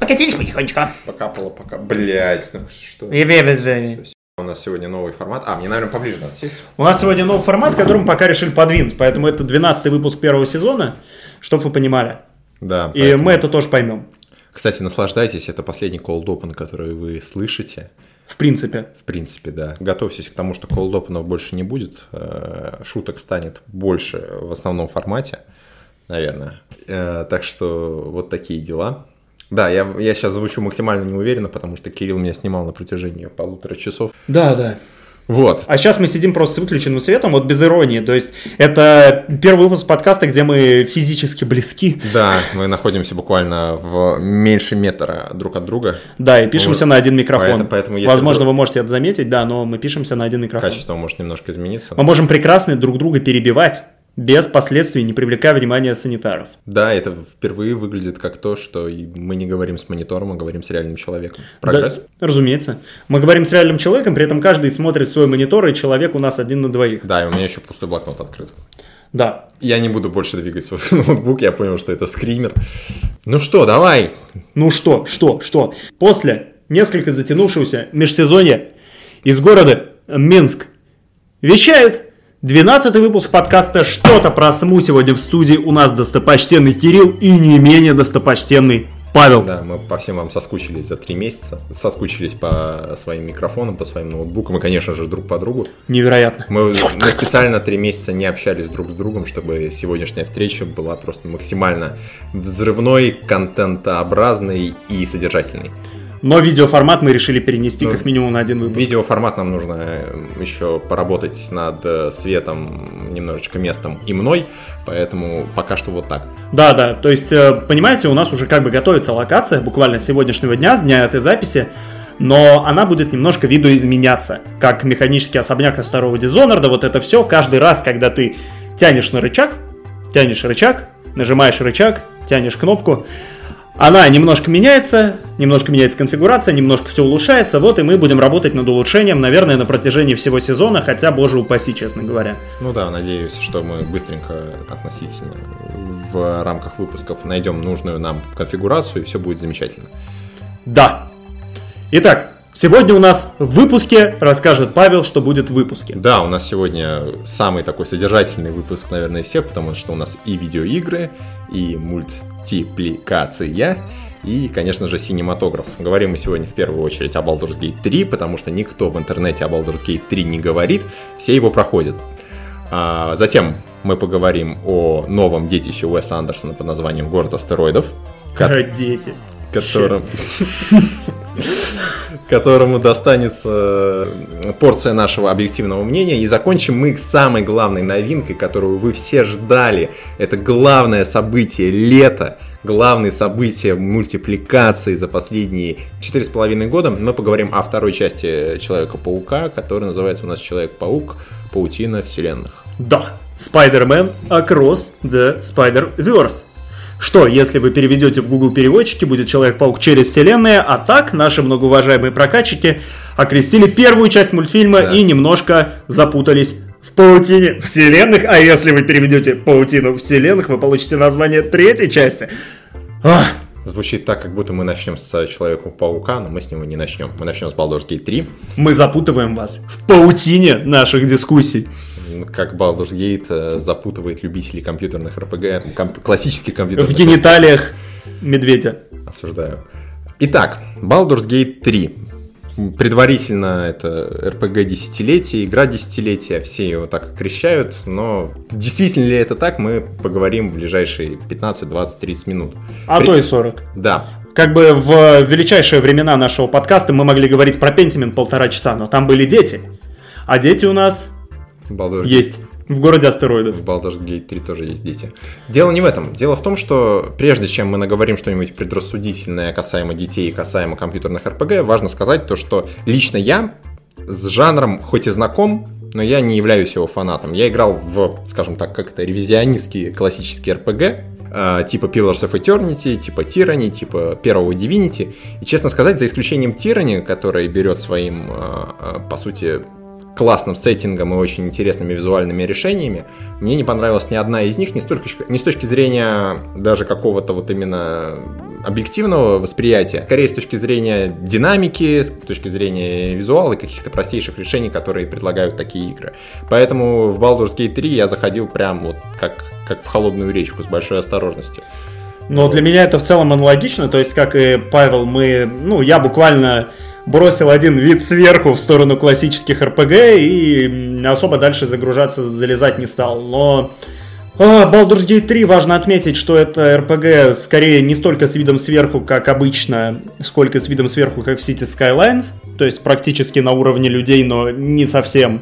Покатились потихонечку. Покапало, пока. Блять, ну что? У нас сегодня новый формат. Мне, наверное, поближе надо сесть. У нас сегодня новый формат, который мы пока решили подвинуть. Поэтому это 12-й выпуск первого сезона, чтобы вы понимали. Да. И мы это тоже поймем. Кстати, наслаждайтесь. Это последний cold open, который вы слышите. В принципе. В принципе, да. Готовьтесь к тому, что cold open'ов больше не будет. Шуток станет больше в основном формате, наверное. Так что вот такие дела. Да, я сейчас звучу максимально неуверенно, потому что Кирилл меня снимал на протяжении 1,5 часов. Да. Вот. А сейчас мы сидим просто с выключенным светом, вот без иронии. То есть это первый выпуск подкаста, где мы физически близки. Да, мы находимся буквально в меньше метра друг от друга. Да, и пишемся на один микрофон. Поэтому, возможно, вы можете это заметить, да, но мы пишемся на один микрофон. Качество может немножко измениться. Мы можем прекрасно друг друга перебивать. Без последствий, не привлекая внимания санитаров. Да, это впервые выглядит как то, что мы не говорим с монитором, а говорим с реальным человеком. Прогресс? Да, разумеется. Мы говорим с реальным человеком, при этом каждый смотрит в свой монитор, и человек у нас один на двоих. Да, и у меня еще пустой блокнот открыт. Да. Я не буду больше двигать свой ноутбук, я понял, что это скример. Ну что, давай. Ну что? После несколько затянувшегося межсезонья из города Минск вещает 12-й выпуск подкаста «Что-то про СМУ». Сегодня в студии у нас достопочтенный Кирилл и не менее достопочтенный Павел. Да, мы по всем вам соскучились за 3 месяца. Соскучились по своим микрофонам, по своим ноутбукам и, конечно же, друг по другу. Невероятно. Мы специально 3 месяца не общались друг с другом, чтобы сегодняшняя встреча была просто максимально взрывной, контентообразной и содержательной. Но видеоформат мы решили перенести как минимум на один выпуск. Видеоформат нам нужно еще поработать над светом, немножечко местом и мной, поэтому пока что вот так. Да, то есть, понимаете, у нас уже как бы готовится локация буквально с сегодняшнего дня, с дня этой записи, но она будет немножко видоизменяться, как механический особняк из второго Dishonored, вот это все, каждый раз, когда ты тянешь рычаг, нажимаешь рычаг, тянешь кнопку, она немножко меняется конфигурация, немножко все улучшается, вот и мы будем работать над улучшением, наверное, на протяжении всего сезона, хотя, боже упаси, честно говоря. Ну да, надеюсь, что мы быстренько относительно в рамках выпусков найдем нужную нам конфигурацию, и все будет замечательно. Да. Итак, сегодня у нас в выпуске расскажет Павел, что будет в выпуске. Да, у нас сегодня самый такой содержательный выпуск, наверное, из всех, потому что у нас и видеоигры, и мультипликация, и, конечно же, синематограф. Говорим мы сегодня в первую очередь о Baldur's Gate 3, потому что никто в интернете о Baldur's Gate 3 не говорит, все его проходят. Затем мы поговорим о новом детище Уэса Андерсона под названием «Город астероидов». Дети. Которому достанется порция нашего объективного мнения. И закончим мы самой главной новинкой, которую вы все ждали. Это главное событие лета, главное событие мультипликации за последние 4,5 года. Мы поговорим о второй части Человека-паука, которая называется у нас Человек-паук. Паутина вселенных. Да, Spider-Man Across the Spider-Verse. Что, если вы переведете в Google переводчике, будет Человек-паук через вселенные, а так наши многоуважаемые прокатчики окрестили первую часть мультфильма и немножко запутались в паутине вселенных. А если вы переведете паутину вселенных, вы получите название третьей части. Звучит так, как будто мы начнем с Человека-паука, но мы с него не начнем. Мы начнем с Baldur's Gate 3. Мы запутываем вас в паутине наших дискуссий. Как Baldur's Gate запутывает любителей компьютерных РПГ, классических компьютерных. В гениталиях медведя. Осуждаю. Итак, Baldur's Gate 3. Предварительно это РПГ десятилетия, игра десятилетия, все его так окрещают, но действительно ли это так, мы поговорим в ближайшие 15, 20, 30 минут. То и 40. Да. Как бы в величайшие времена нашего подкаста мы могли говорить про Pentiment 1,5 часа, но там были дети. А дети у нас есть в городе астероидов. В Baldur's Gate 3 тоже есть дети. Дело не в этом. Дело в том, что прежде чем мы наговорим что-нибудь предрассудительное касаемо детей и касаемо компьютерных РПГ, важно сказать то, что лично я с жанром хоть и знаком, но я не являюсь его фанатом. Я играл в, скажем так, как это, ревизионистские классические РПГ, типа Pillars of Eternity, типа Tyranny, типа первого Divinity. И, честно сказать, за исключением Tyranny, который берет своим, по сути, классным сеттингом и очень интересными визуальными решениями. Мне не понравилась ни одна из них, не с точки зрения даже какого-то вот именно объективного восприятия, скорее с точки зрения динамики, с точки зрения визуала и каких-то простейших решений, которые предлагают такие игры. Поэтому в Baldur's Gate 3 я заходил прям вот как в холодную речку, с большой осторожностью. Но для меня это в целом аналогично, то есть, как и Павел, я буквально бросил один вид сверху в сторону классических RPG и особо дальше залезать не стал. Но Baldur's Gate 3 важно отметить, что это RPG скорее не столько с видом сверху, как обычно, сколько с видом сверху, как в Cities Skylines, то есть практически на уровне людей, но не совсем.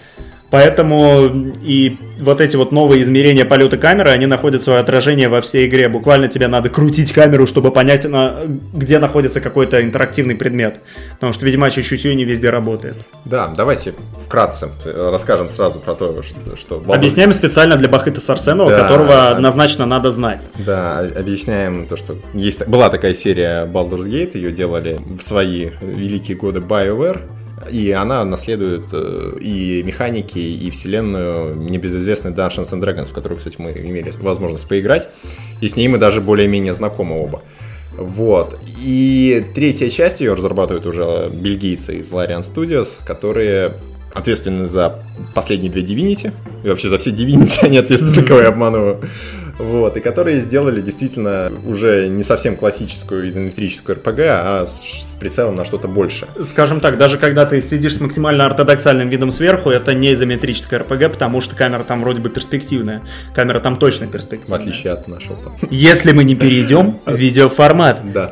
Поэтому и вот эти вот новые измерения полета камеры, они находят свое отражение во всей игре. Буквально тебе надо крутить камеру, чтобы понять, где находится какой-то интерактивный предмет. Потому что ведьмачье чутье не везде работает. Да, давайте вкратце расскажем сразу про то, что... Объясняем специально для Бахыта Сарсенова, которого однозначно надо знать. Да, объясняем то, что была такая серия Baldur's Gate, ее делали в свои великие годы BioWare. И она наследует и механики, и вселенную небезызвестной Dungeons and Dragons, в которую, кстати, мы имели возможность поиграть. И с ней мы даже более-менее знакомы оба. Вот. И третья часть ее разрабатывают уже бельгийцы из Larian Studios, которые ответственны за последние две Divinity. И вообще за все Divinity они ответственны, кого я обманываю. Вот, и которые сделали действительно уже не совсем классическую изометрическую RPG, а с прицелом на что-то большее. Скажем так, даже когда ты сидишь с максимально ортодоксальным видом сверху, это не изометрическая RPG, потому что камера там вроде бы перспективная. Камера там точно перспективная. В отличие от нашего. Если мы не перейдем в видеоформат. Да.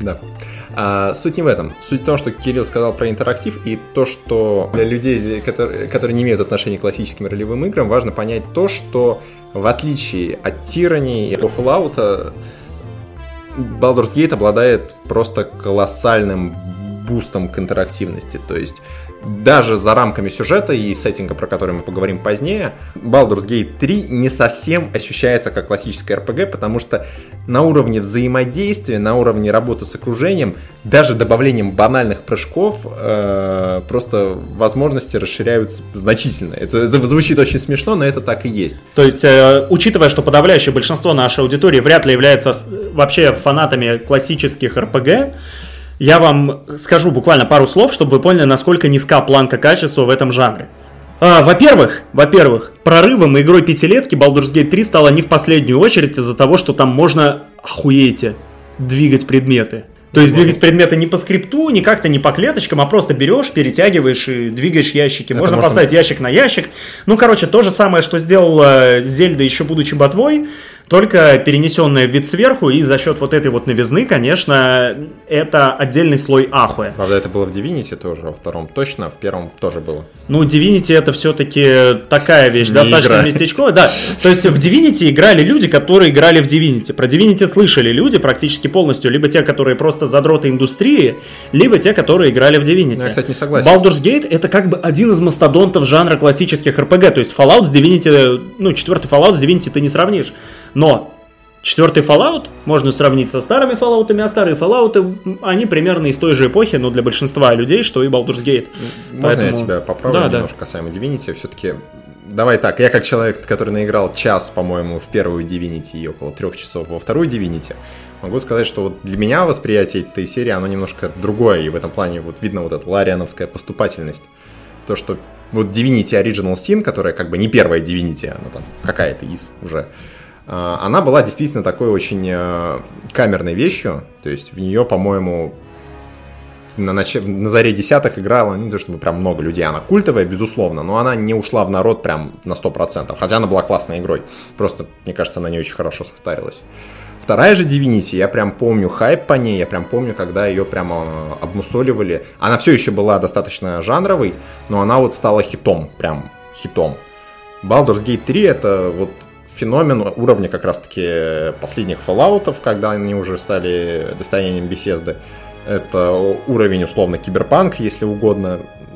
Суть не в этом. Суть в том, что Кирилл сказал про интерактив, и то, что для людей, которые не имеют отношения к классическим ролевым играм, важно понять то, что в отличие от Tyranny и Fallout, Baldur's Gate обладает просто колоссальным бустом к интерактивности. То есть даже за рамками сюжета и сеттинга, про который мы поговорим позднее, Baldur's Gate 3 не совсем ощущается как классическая RPG, потому что на уровне взаимодействия, на уровне работы с окружением, даже добавлением банальных прыжков, просто возможности расширяются значительно. Это звучит очень смешно, но это так и есть. То есть, учитывая, что подавляющее большинство нашей аудитории вряд ли является вообще фанатами классических RPG, я вам скажу буквально пару слов, чтобы вы поняли, насколько низка планка качества в этом жанре. Во-первых, прорывом игрой пятилетки Baldur's Gate 3 стала не в последнюю очередь из-за того, что там можно, охуеете, двигать предметы. То есть двигать предметы не по скрипту, не как-то не по клеточкам, а просто берешь, перетягиваешь и двигаешь ящики. Можно поставить ящик на ящик. То же самое, что сделала Зельда, еще будучи ботвой, только перенесенная в вид сверху, и за счет вот этой вот новизны, конечно, это отдельный слой ахуя. Правда, это было в Divinity тоже, во втором точно, в первом тоже было. Divinity это все-таки такая вещь, не достаточно игра. Местечковая. Да, то есть в Divinity играли люди, которые играли в Divinity. Про Divinity слышали люди практически полностью, либо те, которые просто задроты индустрии, либо те, которые играли в Divinity. Я, кстати, не согласен. Baldur's Gate это как бы один из мастодонтов жанра классических RPG, то есть Fallout с Divinity, четвертый Fallout с Divinity ты не сравнишь. Но четвертый Fallout можно сравнить со старыми Fallout'ами, а старые Fallout'ы, они примерно из той же эпохи, но для большинства людей, что и Baldur's Gate. Можно я тебя поправлю немножко касаемо Divinity? Все-таки, давай так, я как человек, который наиграл час, по-моему, в первую Divinity и около 3 часов во вторую Divinity, могу сказать, что вот для меня восприятие этой серии, оно немножко другое, и в этом плане вот видно вот эта лариановская поступательность. То, что вот Divinity Original Sin, которая как бы не первая Divinity, она там какая-то из уже, она была действительно такой очень камерной вещью, то есть в нее, по-моему, на заре десятых играла, не то чтобы прям много людей, она культовая, безусловно, но она не ушла в народ прям на 100%, хотя она была классной игрой, просто, мне кажется, она не очень хорошо состарилась. Вторая же Divinity, я прям помню хайп по ней, я прям помню, когда ее прямо обмусоливали, она все еще была достаточно жанровой, но она вот стала хитом, прям хитом. Baldur's Gate 3 это вот феномен уровня как раз-таки последних Fallout'ов, когда они уже стали достоянием Bethesda. Это уровень, условно, киберпанк, если угодно.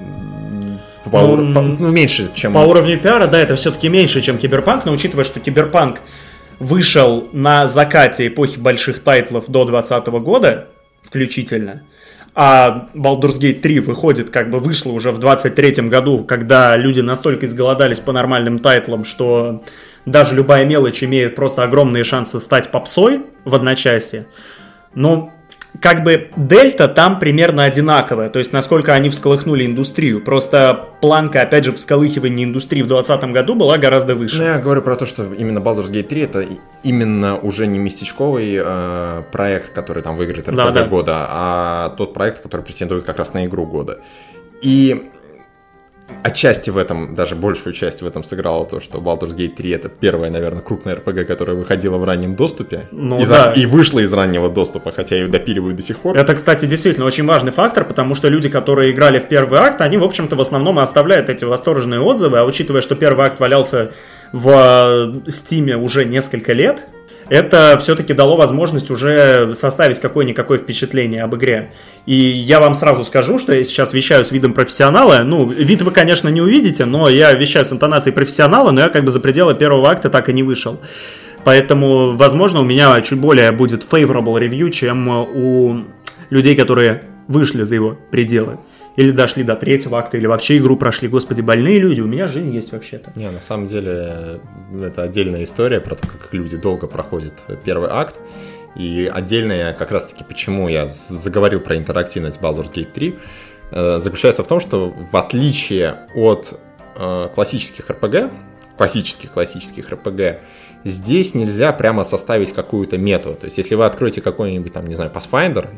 Меньше, чем... По уровню пиара, да, это все-таки меньше, чем киберпанк, но учитывая, что киберпанк вышел на закате эпохи больших тайтлов до 2020 года, включительно, а Baldur's Gate 3 вышло уже в 23-м году, когда люди настолько изголодались по нормальным тайтлам, что даже любая мелочь имеет просто огромные шансы стать попсой в одночасье, Но как бы дельта там примерно одинаковая, то есть насколько они всколыхнули индустрию. Просто планка, опять же, всколыхивания индустрии в 2020 году была гораздо выше. Ну, я говорю про то, что именно Baldur's Gate 3 это именно уже не местечковый проект, который там выиграет RPG года, а тот проект, который претендует как раз на игру года. И отчасти в этом, даже большую часть в этом сыграло то, что Baldur's Gate 3 это первая, наверное, крупная RPG, которая выходила в раннем доступе. И вышла из раннего доступа, хотя ее допиливают до сих пор. Это, кстати, действительно очень важный фактор, потому что люди, которые играли в первый акт, они, в общем-то, в основном и оставляют эти восторженные отзывы, а учитывая, что первый акт валялся в Steam уже несколько лет, это все-таки дало возможность уже составить какое-никакое впечатление об игре. И я вам сразу скажу, что я сейчас вещаю с видом профессионала. Ну, вид вы, конечно, не увидите, но я вещаю с интонацией профессионала, но я как бы за пределы первого акта так и не вышел. Поэтому, возможно, у меня чуть более будет favorable review, чем у людей, которые вышли за его пределы. Или дошли до третьего акта, или вообще игру прошли. Господи, больные люди, у меня жизнь есть вообще-то. Не, на самом деле, это отдельная история про то, как люди долго проходят первый акт. И отдельная, как раз-таки, почему я заговорил про интерактивность Baldur's Gate 3, заключается в том, что в отличие от классических RPG, классических RPG, здесь нельзя прямо составить какую-то мету. То есть, если вы откроете какой-нибудь, там, не знаю, Pathfinder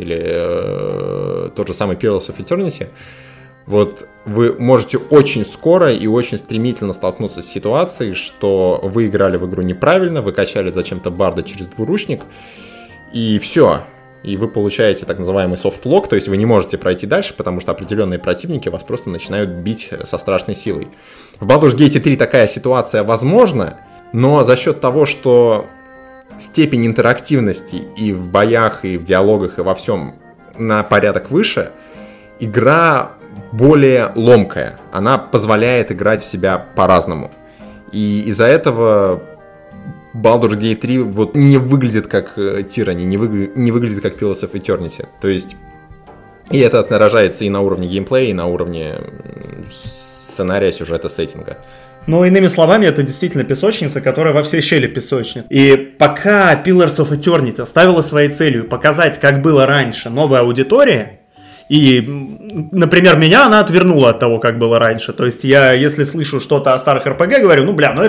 или тот же самый Pillars of Eternity, вот вы можете очень скоро и очень стремительно столкнуться с ситуацией, что вы играли в игру неправильно, вы качали зачем-то барда через двуручник, и все. И вы получаете так называемый софт-лок, то есть вы не можете пройти дальше, потому что определенные противники вас просто начинают бить со страшной силой. В Baldur's Gate 3 такая ситуация возможна, но за счет того, что степень интерактивности и в боях, и в диалогах, и во всем на порядок выше, игра более ломкая. Она позволяет играть в себя по-разному. И из-за этого Baldur's Gate 3 вот не выглядит как Tyranny, не выглядит как Pillars of Eternity. То есть, и это отражается и на уровне геймплея, и на уровне сценария, сюжета, сеттинга. Но иными словами, это действительно песочница, которая во все щели песочниц. И пока Pillars of Eternity ставила своей целью показать, как было раньше, новой аудитории, и, например, меня она отвернула от того, как было раньше. То есть я, если слышу что-то о старых RPG, говорю,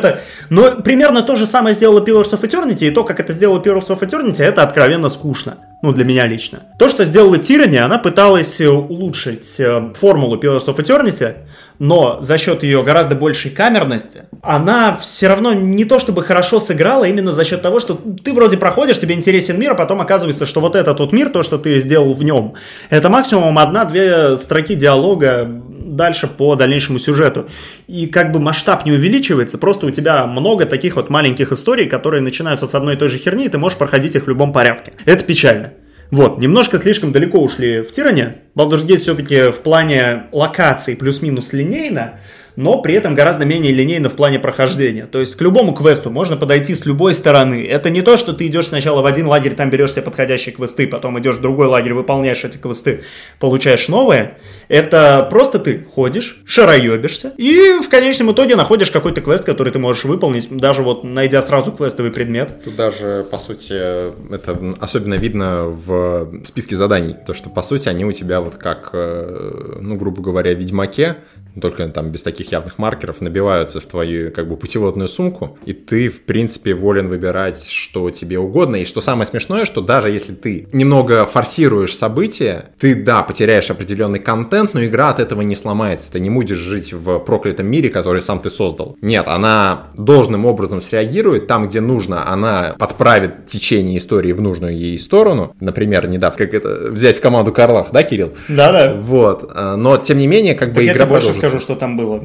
ну примерно то же самое сделала Pillars of Eternity, и то, как это сделала Pillars of Eternity, это откровенно скучно. Ну, для меня лично. То, что сделала Tyranny, она пыталась улучшить формулу Pillars of Eternity, но за счет ее гораздо большей камерности, она все равно не то чтобы хорошо сыграла, именно за счет того, что ты вроде проходишь, тебе интересен мир, а потом оказывается, что вот этот вот мир, то, что ты сделал в нем, это максимум 1-2 строки диалога дальше по дальнейшему сюжету. И как бы масштаб не увеличивается, просто у тебя много таких вот маленьких историй, которые начинаются с одной и той же херни, и ты можешь проходить их в любом порядке. Это печально. Вот, немножко слишком далеко ушли в Tyranny. Baldur's Gate все-таки в плане локаций плюс-минус линейно, но при этом гораздо менее линейно в плане прохождения. То есть к любому квесту можно подойти с любой стороны. Это не то, что ты идешь сначала в один лагерь, там берешь себе подходящие квесты, потом идешь в другой лагерь, выполняешь эти квесты, получаешь новые. Это просто ты ходишь, шароебишься и в конечном итоге находишь какой-то квест, который ты можешь выполнить, даже вот найдя сразу квестовый предмет. Тут даже, по сути, это особенно видно в списке заданий. То, что, по сути, они у тебя вот как, ну, грубо говоря, в Ведьмаке, только там без таких явных маркеров, набиваются в твою как бы путеводную сумку, и ты, в принципе, волен выбирать, что тебе угодно. И что самое смешное, что даже если ты немного форсируешь события, ты, да, потеряешь определенный контент, но игра от этого не сломается. Ты не будешь жить в проклятом мире, который сам ты создал. Нет, она должным образом среагирует. Там, где нужно, она подправит течение истории в нужную ей сторону. Например, не дав, как это, взять в команду Карлах, да, Кирилл? Да-да. Вот. Но, тем не менее, как бы игра продолжится. Скажу, что там было.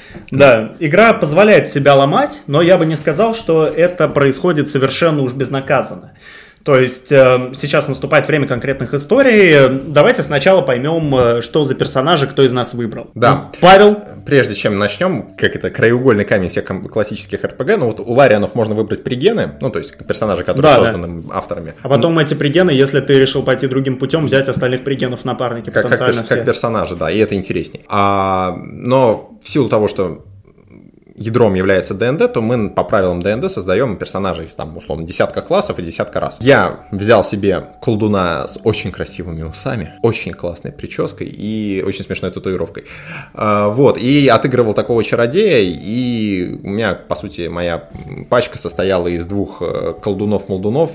Да, игра позволяет себя ломать, но я бы не сказал, что это происходит совершенно уж безнаказанно. То есть сейчас наступает время конкретных историй. Давайте сначала поймем, что за персонажи кто из нас выбрал. Да. Павел? Прежде чем начнем, как это, краеугольный камень всех классических РПГ, ну вот у Ларианов можно выбрать пригены, ну то есть персонажи, которые созданы авторами. А потом эти пригены, если ты решил пойти другим путем, взять остальных пригенов в напарники потенциально как персонажи, да, и это интересней. Но в силу того, что ядром является ДНД, то мы по правилам ДНД создаем персонажей из, там, условно, десятка классов и десятка рас. Я взял себе колдуна с очень красивыми усами, очень классной прической и очень смешной татуировкой. Вот, и отыгрывал такого чародея, и у меня, по сути, моя пачка состояла из двух колдунов-молдунов,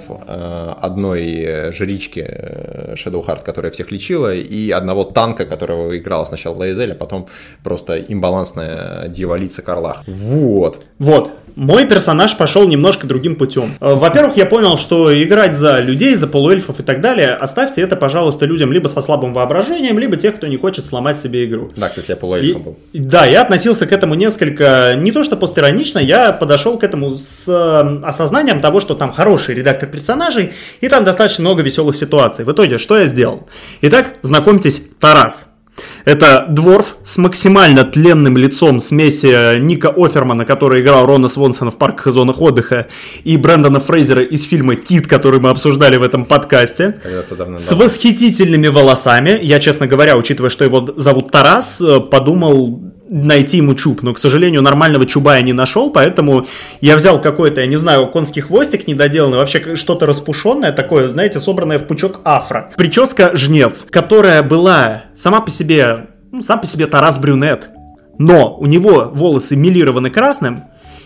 одной жрички Shadowheart, которая всех лечила, и одного танка, которого играла сначала Лаизель, а потом просто имбалансная дьяволица Карлах. Вот. Мой персонаж пошел немножко другим путем. Во-первых, я понял, что играть за людей, за полуэльфов и так далее, оставьте это, пожалуйста, людям либо со слабым воображением, либо тех, кто не хочет сломать себе игру. Да, кстати, я полуэльфом был. Да, я относился к этому несколько, не то что постиронично, я подошел к этому с осознанием того, что там хороший редактор персонажей, и там достаточно много веселых ситуаций. В итоге, что я сделал? Итак, знакомьтесь, Тарас. Это дворф с максимально тленным лицом смеси Ника Офермана, который играл Рона Свонсона в «Парках и зонах отдыха», и Брэндона Фрейзера из фильма «Кит», который мы обсуждали в этом подкасте, с восхитительными волосами. Я, честно говоря, учитывая, что его зовут Тарас, подумал найти ему чуб, но, к сожалению, нормального чуба я не нашел, поэтому я взял какой-то, я не знаю, конский хвостик недоделанный, вообще что-то распушенное такое, знаете, собранное в пучок афро. Прическа жнец, которая была сам по себе Тарас брюнет, но у него волосы мелированы красным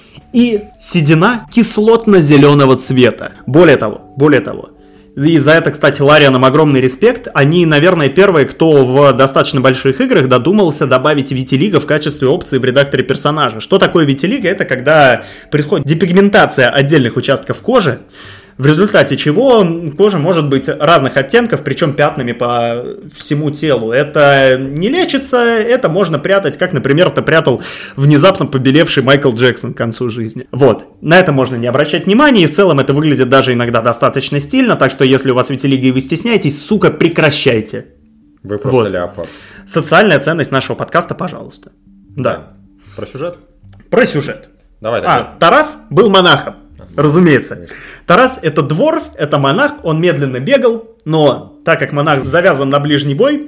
и седина кислотно-зеленого цвета. Более того, и за это, кстати, Ларианам огромный респект. Они, наверное, первые, кто в достаточно больших играх додумался добавить витилиго в качестве опции в редакторе персонажа. Что такое витилиго? Это когда происходит депигментация отдельных участков кожи, в результате чего кожа может быть разных оттенков, причем пятнами по всему телу. Это не лечится, это можно прятать, как, например, это прятал внезапно побелевший Майкл Джексон к концу жизни. Вот, на это можно не обращать внимания, и в целом это выглядит даже иногда достаточно стильно, так что если у вас витилиго и вы стесняетесь, сука, прекращайте. Вы просто леопард. Социальная ценность нашего подкаста, пожалуйста. Да. Про сюжет? Про сюжет. Давай. Тарас был монахом. Разумеется. Тарас это дворф, это монах, он медленно бегал, но так как монах завязан на ближний бой,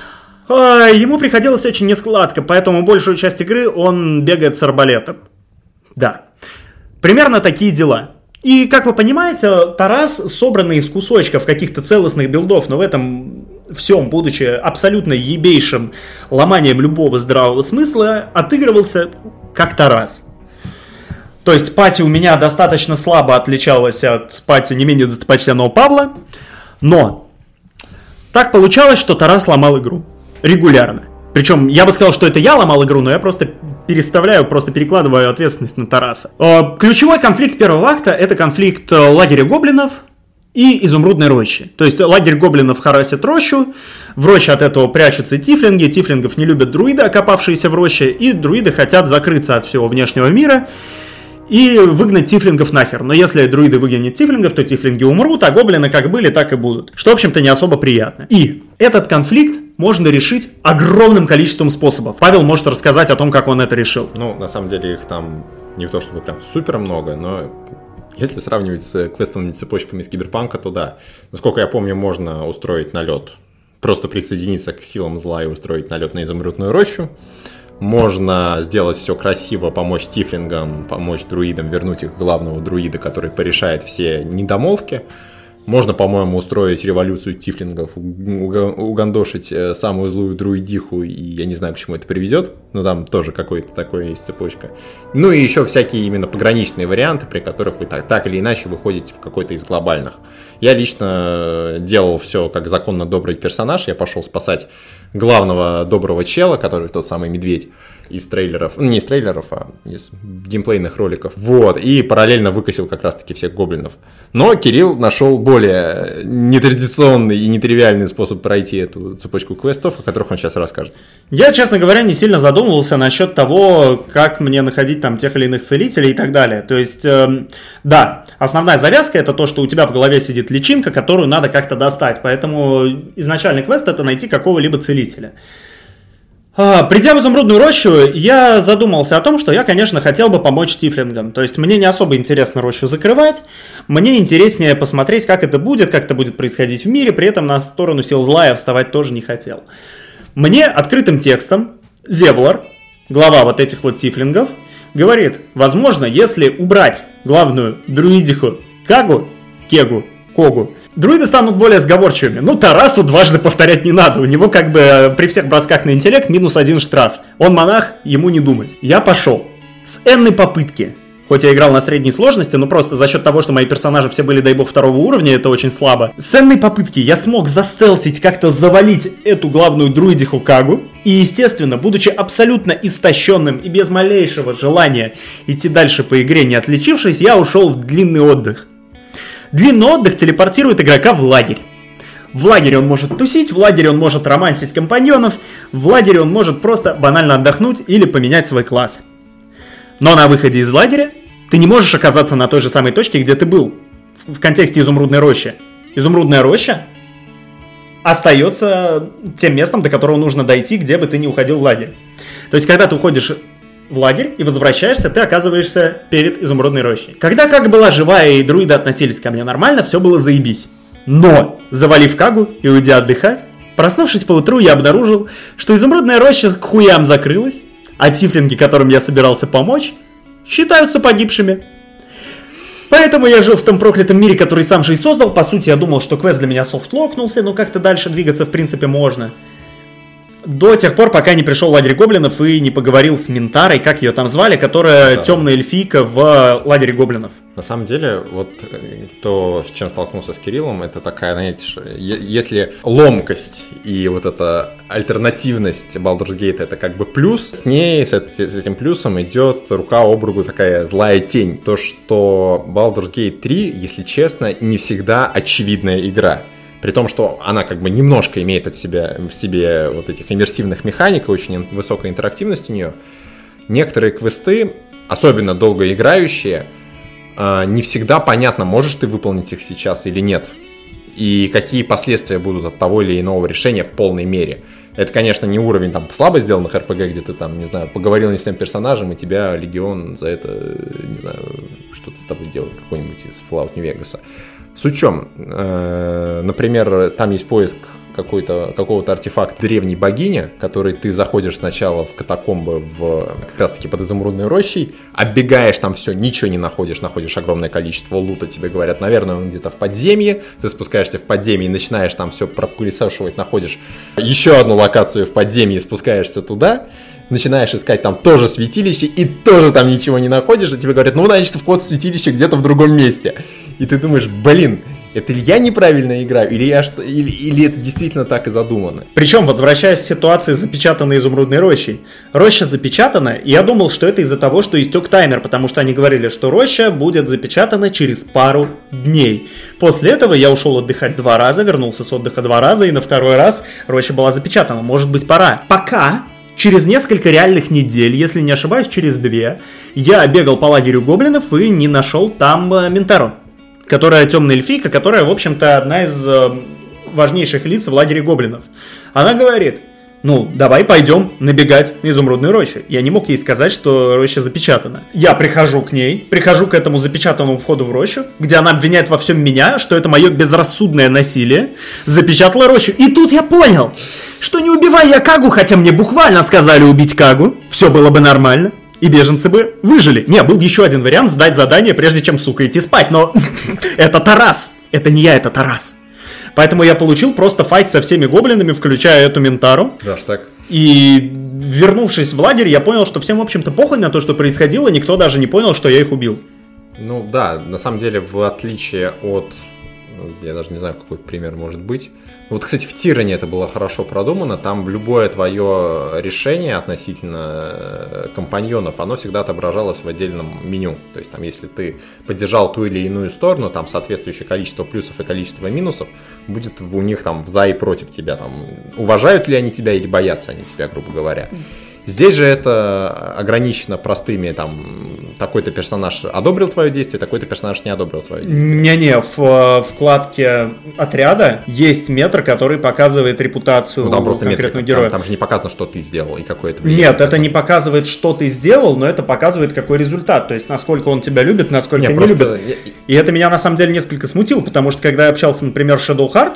ему приходилось очень нескладко, поэтому большую часть игры он бегает с арбалетом. Да. Примерно такие дела. И, как вы понимаете, Тарас, собранный из кусочков каких-то целостных билдов, но в этом всем, будучи абсолютно ебейшим ломанием любого здравого смысла, отыгрывался как Тарас. То есть пати у меня достаточно слабо отличалась от пати не менее достопочтенного Павла, но так получалось, что Тарас ломал игру регулярно. Причем я бы сказал, что это я ломал игру, но я просто перекладываю ответственность на Тараса. Ключевой конфликт первого акта — это конфликт лагеря гоблинов и изумрудной рощи. То есть лагерь гоблинов харасит рощу, в роще от этого прячутся тифлинги, тифлингов не любят друиды, окопавшиеся в роще, и друиды хотят закрыться от всего внешнего мира и выгнать тифлингов нахер. Но если друиды выгонят тифлингов, то тифлинги умрут, а гоблины как были, так и будут. Что, в общем-то, не особо приятно. И этот конфликт можно решить огромным количеством способов. Павел может рассказать о том, как он это решил. Ну, на самом деле, их там не то чтобы прям супер много, но если сравнивать с квестовыми цепочками из Киберпанка, то да. Насколько я помню, можно устроить налет. Просто присоединиться к силам зла и устроить налет на изумрудную рощу. Можно сделать все красиво, помочь тифлингам, помочь друидам, вернуть их главного друида, который порешает все недомолвки. Можно, по-моему, устроить революцию тифлингов, угандошить самую злую друидиху, и я не знаю, к чему это приведет, но там тоже какой-то такой есть цепочка. Ну и еще всякие именно пограничные варианты, при которых вы так или иначе выходите в какой-то из глобальных. Я лично делал все как законно добрый персонаж, я пошел спасать главного доброго чела, который тот самый медведь из трейлеров, не из трейлеров, а из геймплейных роликов. Вот, и параллельно выкосил как раз-таки всех гоблинов. Но Кирилл нашел более нетрадиционный и нетривиальный способ пройти эту цепочку квестов, о которых он сейчас расскажет. Я, честно говоря, не сильно задумывался насчет того, как мне находить там тех или иных целителей и так далее. То есть, да, основная завязка — это то, что у тебя в голове сидит личинка, которую надо как-то достать. Поэтому изначальный квест — это найти какого-либо целителя. Придя в изумрудную рощу, я задумался о том, что я, конечно, хотел бы помочь тифлингам. То есть мне не особо интересно рощу закрывать, мне интереснее посмотреть, как это будет происходить в мире, при этом на сторону сил зла я вставать тоже не хотел. Мне открытым текстом Зевлар, глава вот этих вот тифлингов, говорит, возможно, если убрать главную друидиху Когу, друиды станут более сговорчивыми. Ну, Тарасу дважды повторять не надо. У него как бы при всех бросках на интеллект -1 штраф. Он монах, ему не думать. Я пошел. С энной попытки. Хоть я играл на средней сложности, но просто за счет того, что мои персонажи все были, дай бог, 2-го уровня, это очень слабо. С энной попытки я смог застелсить, как-то завалить эту главную друидиху Кагу. И, естественно, будучи абсолютно истощенным и без малейшего желания идти дальше по игре, не отличившись, я ушел в длинный отдых. Длинный отдых телепортирует игрока в лагерь. В лагере он может тусить, в лагере он может романсить компаньонов, в лагере он может просто банально отдохнуть или поменять свой класс. Но на выходе из лагеря ты не можешь оказаться на той же самой точке, где ты был в контексте изумрудной рощи. Изумрудная роща остается тем местом, до которого нужно дойти, где бы ты ни уходил в лагерь. То есть, когда ты уходишь в лагерь и возвращаешься, ты оказываешься перед изумрудной рощей. Когда Кага была живая и друиды относились ко мне нормально, все было заебись. Но, завалив Кагу и уйдя отдыхать, проснувшись поутру, я обнаружил, что изумрудная роща к хуям закрылась, а тифлинги, которым я собирался помочь, считаются погибшими. Поэтому я жил в том проклятом мире, который сам же и создал. По сути, я думал, что квест для меня софтлокнулся, но как-то дальше двигаться в принципе можно. До тех пор, пока не пришел в лагерь гоблинов и не поговорил с Минтарой, как ее там звали, которая темная эльфийка в лагере гоблинов. На самом деле, вот то, с чем столкнулся с Кириллом, это такая, знаете, если ломкость и вот эта альтернативность Baldur's Gate это как бы плюс, с ней, с этим плюсом идет рука об руку такая злая тень. То, что Baldur's Gate 3, если честно, не всегда очевидная игра. При том, что она как бы немножко имеет в себе вот этих иммерсивных механик и очень высокая интерактивность у нее. Некоторые квесты, особенно долгоиграющие, не всегда понятно, можешь ты выполнить их сейчас или нет. И какие последствия будут от того или иного решения в полной мере. Это, конечно, не уровень там слабо сделанных РПГ, где ты там, не знаю, поговорил не с тем персонажем, и тебя Легион за это, не знаю, что-то с тобой делает, какой-нибудь из Fallout New Vegas. Суть в чем? Например, там есть поиск какого-то артефакта древней богини, который ты заходишь сначала в катакомбы как раз-таки под изумрудной рощей, оббегаешь там все, ничего не находишь огромное количество лута, тебе говорят, наверное, он где-то в подземье, ты спускаешься в подземье и начинаешь там все пропылесошивать, находишь еще одну локацию в подземье, спускаешься туда, начинаешь искать там тоже святилище и тоже там ничего не находишь, и тебе говорят, ну, значит, вход в святилище где-то в другом месте. И ты думаешь, блин, это я неправильно играю, или это действительно так и задумано? Причем, возвращаясь к ситуации с запечатанной изумрудной рощей. Роща запечатана, и я думал, что это из-за того, что истек таймер, потому что они говорили, что роща будет запечатана через пару дней. После этого я ушел отдыхать 2 раза, вернулся с отдыха 2 раза, и на 2-й раз роща была запечатана. Может быть, пора. Пока... Через несколько реальных недель, если не ошибаюсь, через 2, я бегал по лагерю гоблинов и не нашел там Минтару, которая темная эльфийка, которая, в общем-то, одна из важнейших лиц в лагере гоблинов. Она говорит, ну, давай пойдем набегать на изумрудную рощу. Я не мог ей сказать, что роща запечатана. Я прихожу к этому запечатанному входу в рощу, где она обвиняет во всем меня, что это мое безрассудное насилие, запечатала рощу. И тут я понял, что не убивай я Кагу, хотя мне буквально сказали убить Кагу, все было бы нормально, и беженцы бы выжили. Не, был еще один вариант, сдать задание, прежде чем, сука, идти спать, но это Тарас, это не я, это Тарас. Поэтому я получил просто файт со всеми гоблинами, включая эту Минтару. Даже так. И вернувшись в лагерь, я понял, что всем, в общем-то, похуй на то, что происходило, никто даже не понял, что я их убил. Ну да, на самом деле, в отличие от... Я даже не знаю, какой пример может быть. Вот, кстати, в Тиране это было хорошо продумано. Там любое твое решение относительно компаньонов, оно всегда отображалось в отдельном меню. То есть, там, если ты поддержал ту или иную сторону, там соответствующее количество плюсов и количество минусов будет у них там за и против тебя. Там, уважают ли они тебя или боятся они тебя, грубо говоря. Здесь же это ограничено простыми, там, такой-то персонаж одобрил твое действие, такой-то персонаж не одобрил твое действие. Не-не, в вкладке отряда есть метр, который показывает репутацию конкретного героя. Там же не показано, что ты сделал и какое это влияние. Нет, это не показывает, что ты сделал, но это показывает, какой результат. То есть, насколько он тебя любит, насколько не любит. И это меня, на самом деле, несколько смутило, потому что, когда я общался, например, с Shadowheart,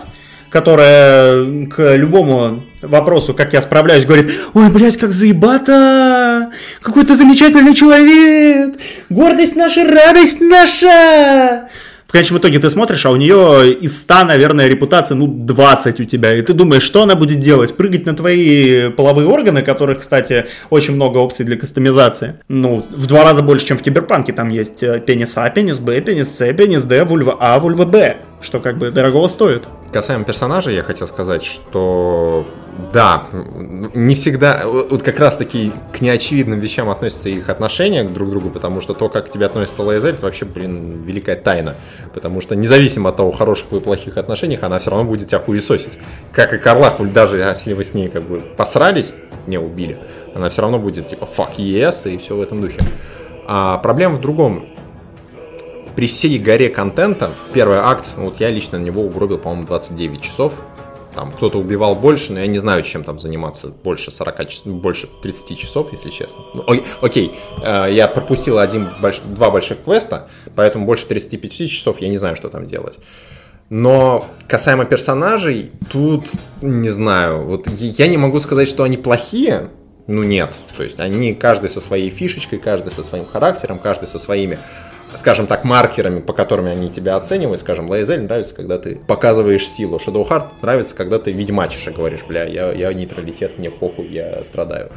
которая к любому вопросу, как я справляюсь, говорит, ой, блядь, как заебато, Какой ты замечательный человек! Гордость наша, радость наша! В конечном итоге ты смотришь, а у нее из 100, наверное, репутация, 20 у тебя. И ты думаешь, что она будет делать? Прыгать на твои половые органы, которых, кстати, очень много опций для кастомизации. В 2 раза больше, чем в Киберпанке. Там есть пенис А, пенис Б, пенис С, пенис Д, вульва А, вульва Б. Что как бы дорогого стоит. Касаемо персонажей, я хотел сказать, что да, не всегда, вот как раз таки к неочевидным вещам относятся их отношения друг к другу, потому что то, как к тебе относится Лаизель, это вообще, великая тайна. Потому что независимо от того, хороших вы плохих отношениях, она все равно будет тебя хуесосить. Как и Карлах, даже если вы с ней как бы посрались, не убили, она все равно будет типа fuck yes и все в этом духе. А проблема в другом. При всей горе контента, первый акт, я лично на него угробил, по-моему, 29 часов. Там кто-то убивал больше, но я не знаю, чем там заниматься больше 40 часов, больше 30 часов, если честно. Окей, я пропустил 2 больших квеста, поэтому больше 35 часов я не знаю, что там делать. Но касаемо персонажей, тут не знаю, я не могу сказать, что они плохие, нет. То есть они каждый со своей фишечкой, каждый со своим характером, каждый со своими, скажем так, маркерами, по которым они тебя оценивают. Скажем, Лаизель нравится, когда ты показываешь силу. Shadowheart нравится, когда ты ведьмачишь и говоришь, я нейтралитет, мне похуй, я страдаю.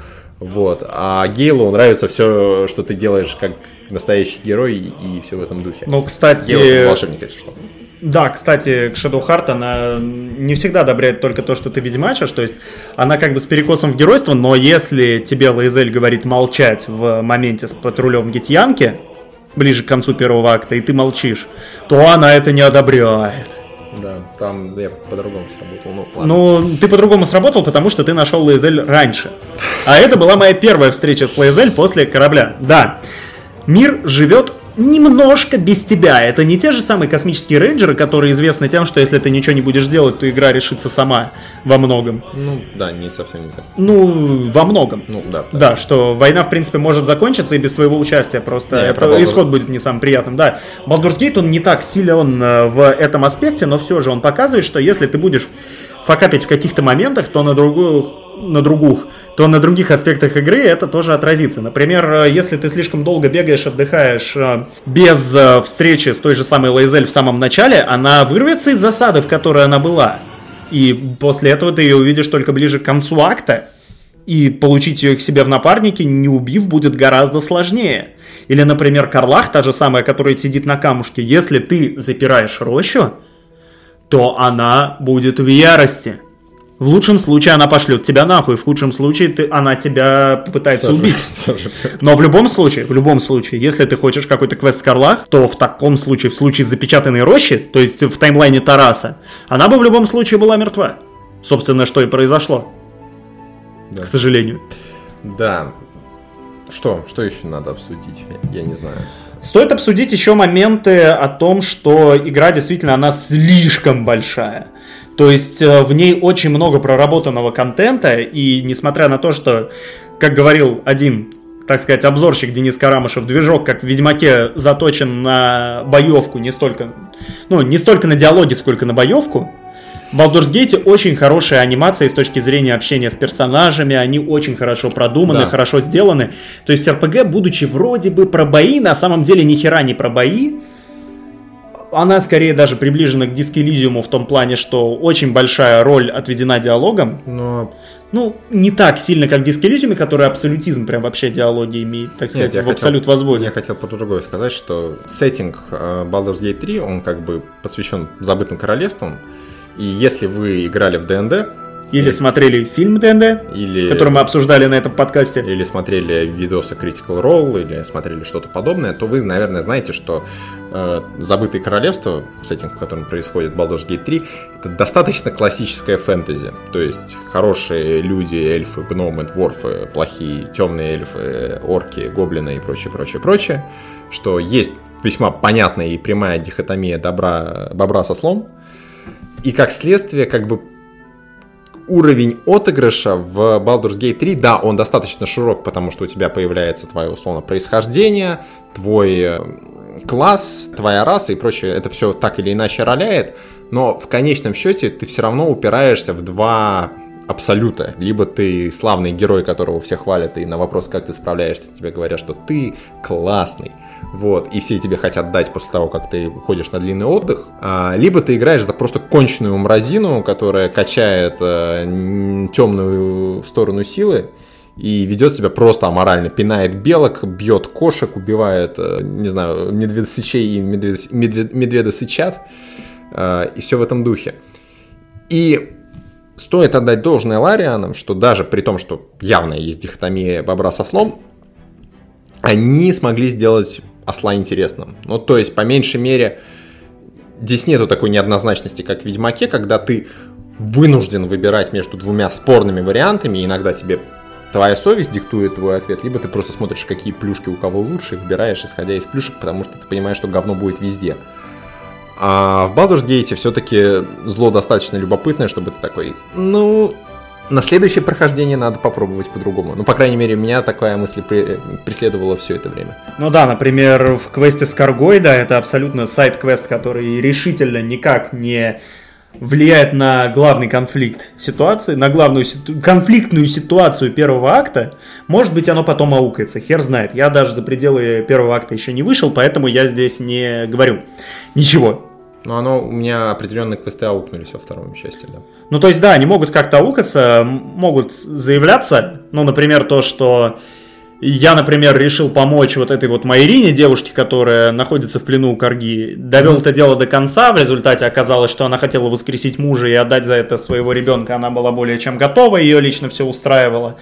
А Гейлу нравится все, что ты делаешь как настоящий герой и все в этом духе. Кстати... Гейл волшебник, если что. Да, кстати, к Shadowheart она не всегда одобряет только то, что ты ведьмачишь, то есть она как бы с перекосом в геройство, но если тебе Лаизель говорит молчать в моменте с патрулем Гитьянки, ближе к концу первого акта, и ты молчишь, то она это не одобряет. Да, там я по-другому сработал. Ты по-другому сработал, потому что ты нашел Лаизель раньше. А это была моя первая встреча с Лаизель после корабля. Да, мир живет немножко без тебя. Это не те же самые космические рейнджеры, которые известны тем, что если ты ничего не будешь делать, то игра решится сама во многом. Да, не совсем не так. Во многом. Да, что война, в принципе, может закончиться и без твоего участия. Просто исход будет не самым приятным. Да, Baldur's Gate, он не так силен в этом аспекте, но все же он показывает, что если ты будешь факапить в каких-то моментах, то на других аспектах игры это тоже отразится. Например, если ты слишком долго бегаешь, отдыхаешь без встречи с той же самой Лаизель в самом начале, она вырвется из засады, в которой она была. И после этого ты ее увидишь только ближе к концу акта. И получить ее к себе в напарнике, не убив, будет гораздо сложнее. Или, например, Карлах, та же самая, которая сидит на камушке. Если ты запираешь рощу, то она будет в ярости. В лучшем случае она пошлет тебя нахуй, в худшем случае она тебя попытается убить. Но в любом случае, если ты хочешь какой-то квест в Карлах, то в таком случае, в случае запечатанной рощи, то есть в таймлайне Тараса, она бы в любом случае была мертва. Собственно, что и произошло. Да. К сожалению. Да. Что еще надо обсудить? Я не знаю. Стоит обсудить еще моменты о том, что игра действительно, она слишком большая. То есть в ней очень много проработанного контента, и несмотря на то, что, как говорил один, так сказать, обзорщик Денис Карамышев, движок, как в Ведьмаке, заточен на боевку, не столько на диалоги, сколько на боевку, в Baldur's Gate очень хорошая анимация с точки зрения общения с персонажами, они очень хорошо продуманы, хорошо сделаны. То есть RPG, будучи вроде бы про бои, на самом деле ни хера не про бои. Она скорее даже приближена к Disco Elysium в том плане, что очень большая роль отведена диалогам. Но... не так сильно, как в Disco Elysium, который абсолютизм прям вообще диалоги имеет, так сказать, в абсолют возводе. Я хотел по-другому сказать, что сеттинг Baldur's Gate 3, он как бы посвящен забытым королевствам. И если вы играли в ДНД... Или смотрели фильм ДНД, который мы обсуждали на этом подкасте. Или смотрели видосы Critical Role, или смотрели что-то подобное, то вы, наверное, знаете, что «Забытые королевства», сеттинг, в котором происходит Baldur's Gate 3, это достаточно классическая фэнтези. То есть хорошие люди, эльфы, гномы, дворфы, плохие темные эльфы, орки, гоблины и прочее. Что есть весьма понятная и прямая дихотомия бобра со слом. И как следствие, как бы уровень отыгрыша в Baldur's Gate 3, да, он достаточно широк, потому что у тебя появляется твое условно происхождение, твой класс, твоя раса и прочее. Это все так или иначе роляет, но в конечном счете ты все равно упираешься в два абсолюта. Либо ты славный герой, которого все хвалят, и на вопрос, как ты справляешься, тебе говорят, что ты классный. Вот, и все тебе хотят дать после того, как ты ходишь на длинный отдых. Либо ты играешь за просто конченую мразину, которая качает темную сторону силы и ведет себя просто аморально. Пинает белок, бьет кошек, убивает, не знаю, медведосычей и медведосычат. И все в этом духе. И стоит отдать должное Ларианам, что даже при том, что явно есть дихотомия бобра с ослом, они смогли сделать осла интересным. Ну, то есть, по меньшей мере, здесь нету такой неоднозначности, как в Ведьмаке, когда ты вынужден выбирать между двумя спорными вариантами, и иногда тебе твоя совесть диктует твой ответ, либо ты просто смотришь, какие плюшки у кого лучше, и выбираешь, исходя из плюшек, потому что ты понимаешь, что говно будет везде. А в Baldur's Gate все-таки зло достаточно любопытное, чтобы ты такой, на следующее прохождение надо попробовать по-другому. Ну, по крайней мере, меня такая мысль преследовала все это время. Ну да, например, в квесте с Каргой, да, это абсолютно сайд-квест, который решительно никак не влияет на главный конфликт ситуации, на главную конфликтную ситуацию первого акта. Может быть, оно потом аукается, хер знает. Я даже за пределы первого акта еще не вышел, поэтому я здесь не говорю ничего. Но у меня определенные квесты аукнулись во втором части, да. Ну, то есть, да, они могут как-то аукаться, могут заявляться. Ну, например, то, что я, например, решил помочь вот этой вот Майрине, девушке, которая находится в плену у Карги. Довел это дело до конца, в результате оказалось, что она хотела воскресить мужа и отдать за это своего ребенка. Она была более чем готова, ее лично все устраивало.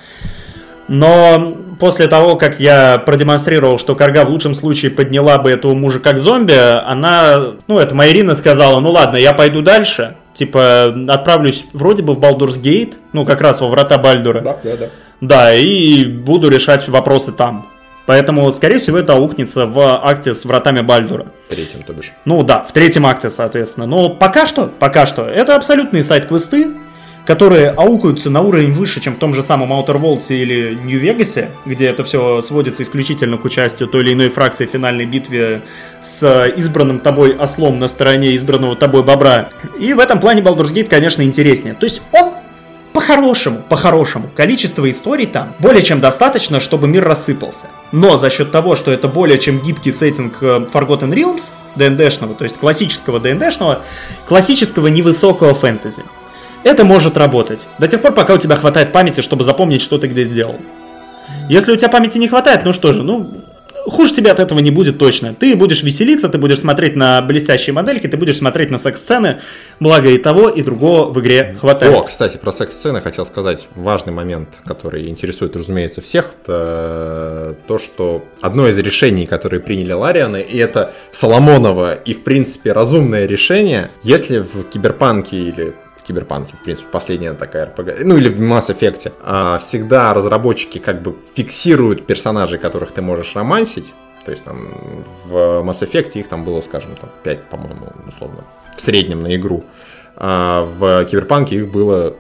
Но после того, как я продемонстрировал, что Карга в лучшем случае подняла бы этого мужа как зомби, она, это Майрина сказала, ну ладно, я пойду дальше, типа отправлюсь вроде бы в Baldur's Gate, как раз во врата Бальдура. Да. Да, и буду решать вопросы там. Поэтому, скорее всего, это аукнется в акте с вратами Бальдура. В третьем, то бишь. Ну да, в третьем акте, соответственно. Но пока что, это абсолютные сайд-квесты, которые аукаются на уровень выше, чем в том же самом Outer Worlds или Нью-Вегасе, где это все сводится исключительно к участию той или иной фракции в финальной битве с избранным тобой ослом на стороне избранного тобой бобра. И в этом плане Baldur's Gate, конечно, интереснее. То есть он по-хорошему, количество историй там более чем достаточно, чтобы мир рассыпался. Но за счет того, что это более чем гибкий сеттинг Forgotten Realms, ДНДшного, то есть классического ДНДшного, классического невысокого фэнтези, это может работать. До тех пор, пока у тебя хватает памяти, чтобы запомнить, что ты где сделал. Если у тебя памяти не хватает, хуже тебе от этого не будет точно. Ты будешь веселиться, ты будешь смотреть на блестящие модельки, ты будешь смотреть на секс-сцены. Благо и того, и другого в игре хватает. О, кстати, про секс-сцены хотел сказать. Важный момент, который интересует, разумеется, всех. Это то, что одно из решений, которые приняли Ларианы, и это Соломоново и, в принципе, разумное решение, если в Киберпанке, в принципе, последняя такая RPG, или в Mass Effect, всегда разработчики как бы фиксируют персонажей, которых ты можешь романсить. То есть там в Mass Effect их там было, скажем, 5, по-моему, условно, в среднем на игру. А в Киберпанке их было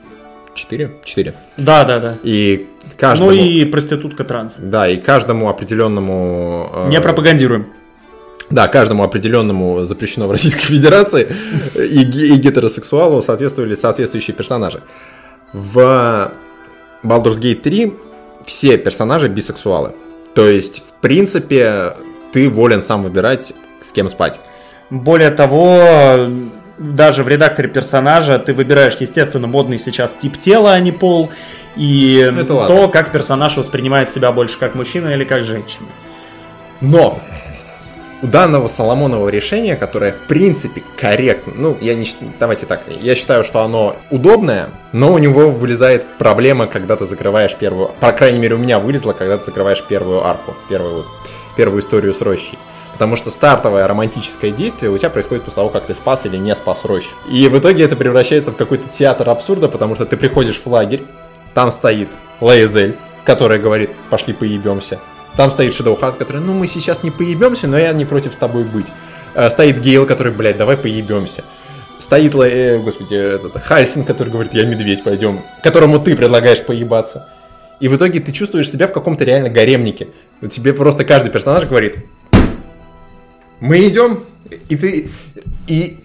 4. Да. И каждому... и проститутка транс. Да, и каждому определенному... Не пропагандируем. Да, каждому определенному запрещено в Российской Федерации и гетеросексуалу соответствовали соответствующие персонажи. В Baldur's Gate 3 все персонажи бисексуалы. То есть, в принципе, ты волен сам выбирать, с кем спать. Более того, даже в редакторе персонажа ты выбираешь, естественно, модный сейчас тип тела, а не пол, и то, как персонаж воспринимает себя больше как мужчина или как женщина. Но у данного Соломонова решения, которое в принципе корректно, давайте так, я считаю, что оно удобное, но у него вылезает проблема, когда ты закрываешь первую, по крайней мере у меня вылезла, когда ты закрываешь первую арку, первую историю с рощей. Потому что стартовое романтическое действие у тебя происходит после того, как ты спас или не спас рощу. И в итоге это превращается в какой-то театр абсурда, потому что ты приходишь в лагерь, там стоит Лаэзель, которая говорит: пошли поебемся. Там стоит Shadowheart, который: мы сейчас не поебемся, но я не против с тобой быть. Стоит Гейл, который: давай поебемся. Стоит Хальсин, который говорит: я медведь, пойдем. Которому ты предлагаешь поебаться. И в итоге ты чувствуешь себя в каком-то реально гаремнике. Тебе просто каждый персонаж говорит: мы идем, и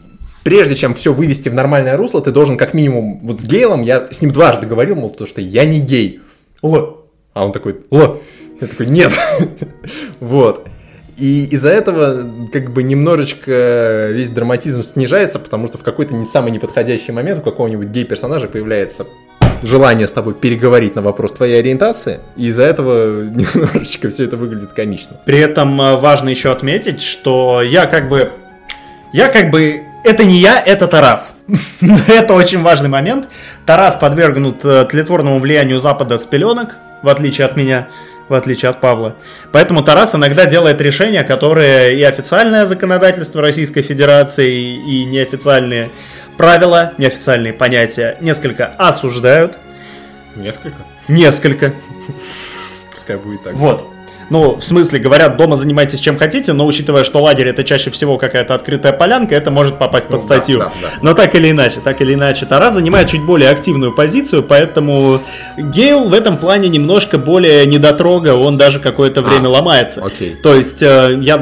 прежде чем все вывести в нормальное русло, ты должен как минимум, вот с Гейлом, я с ним дважды говорил, мол, то, что я не гей. А он такой, я такой, нет. Вот. И из-за этого как бы немножечко весь драматизм снижается, потому что в какой-то не самый неподходящий момент у какого-нибудь гей-персонажа появляется желание с тобой переговорить на вопрос твоей ориентации, и из-за этого немножечко все это выглядит комично. При этом важно еще отметить, что я как бы, это не я, это Тарас. Это очень важный момент. Тарас подвергнут тлетворному влиянию Запада с пеленок, в отличие от меня, в отличие от Павла. Поэтому Тарас иногда делает решения, которые и официальное законодательство Российской Федерации, и неофициальные правила, неофициальные понятия несколько осуждают. Несколько. Пускай будет так. Вот. Ну, в смысле, говорят, дома занимайтесь чем хотите, но учитывая, что лагерь это чаще всего какая-то открытая полянка, это может попасть под статью. Да. Но так или иначе, Тарас занимает чуть более активную позицию, поэтому Гейл в этом плане немножко более недотрога, он даже какое-то время ломается. Окей. То есть я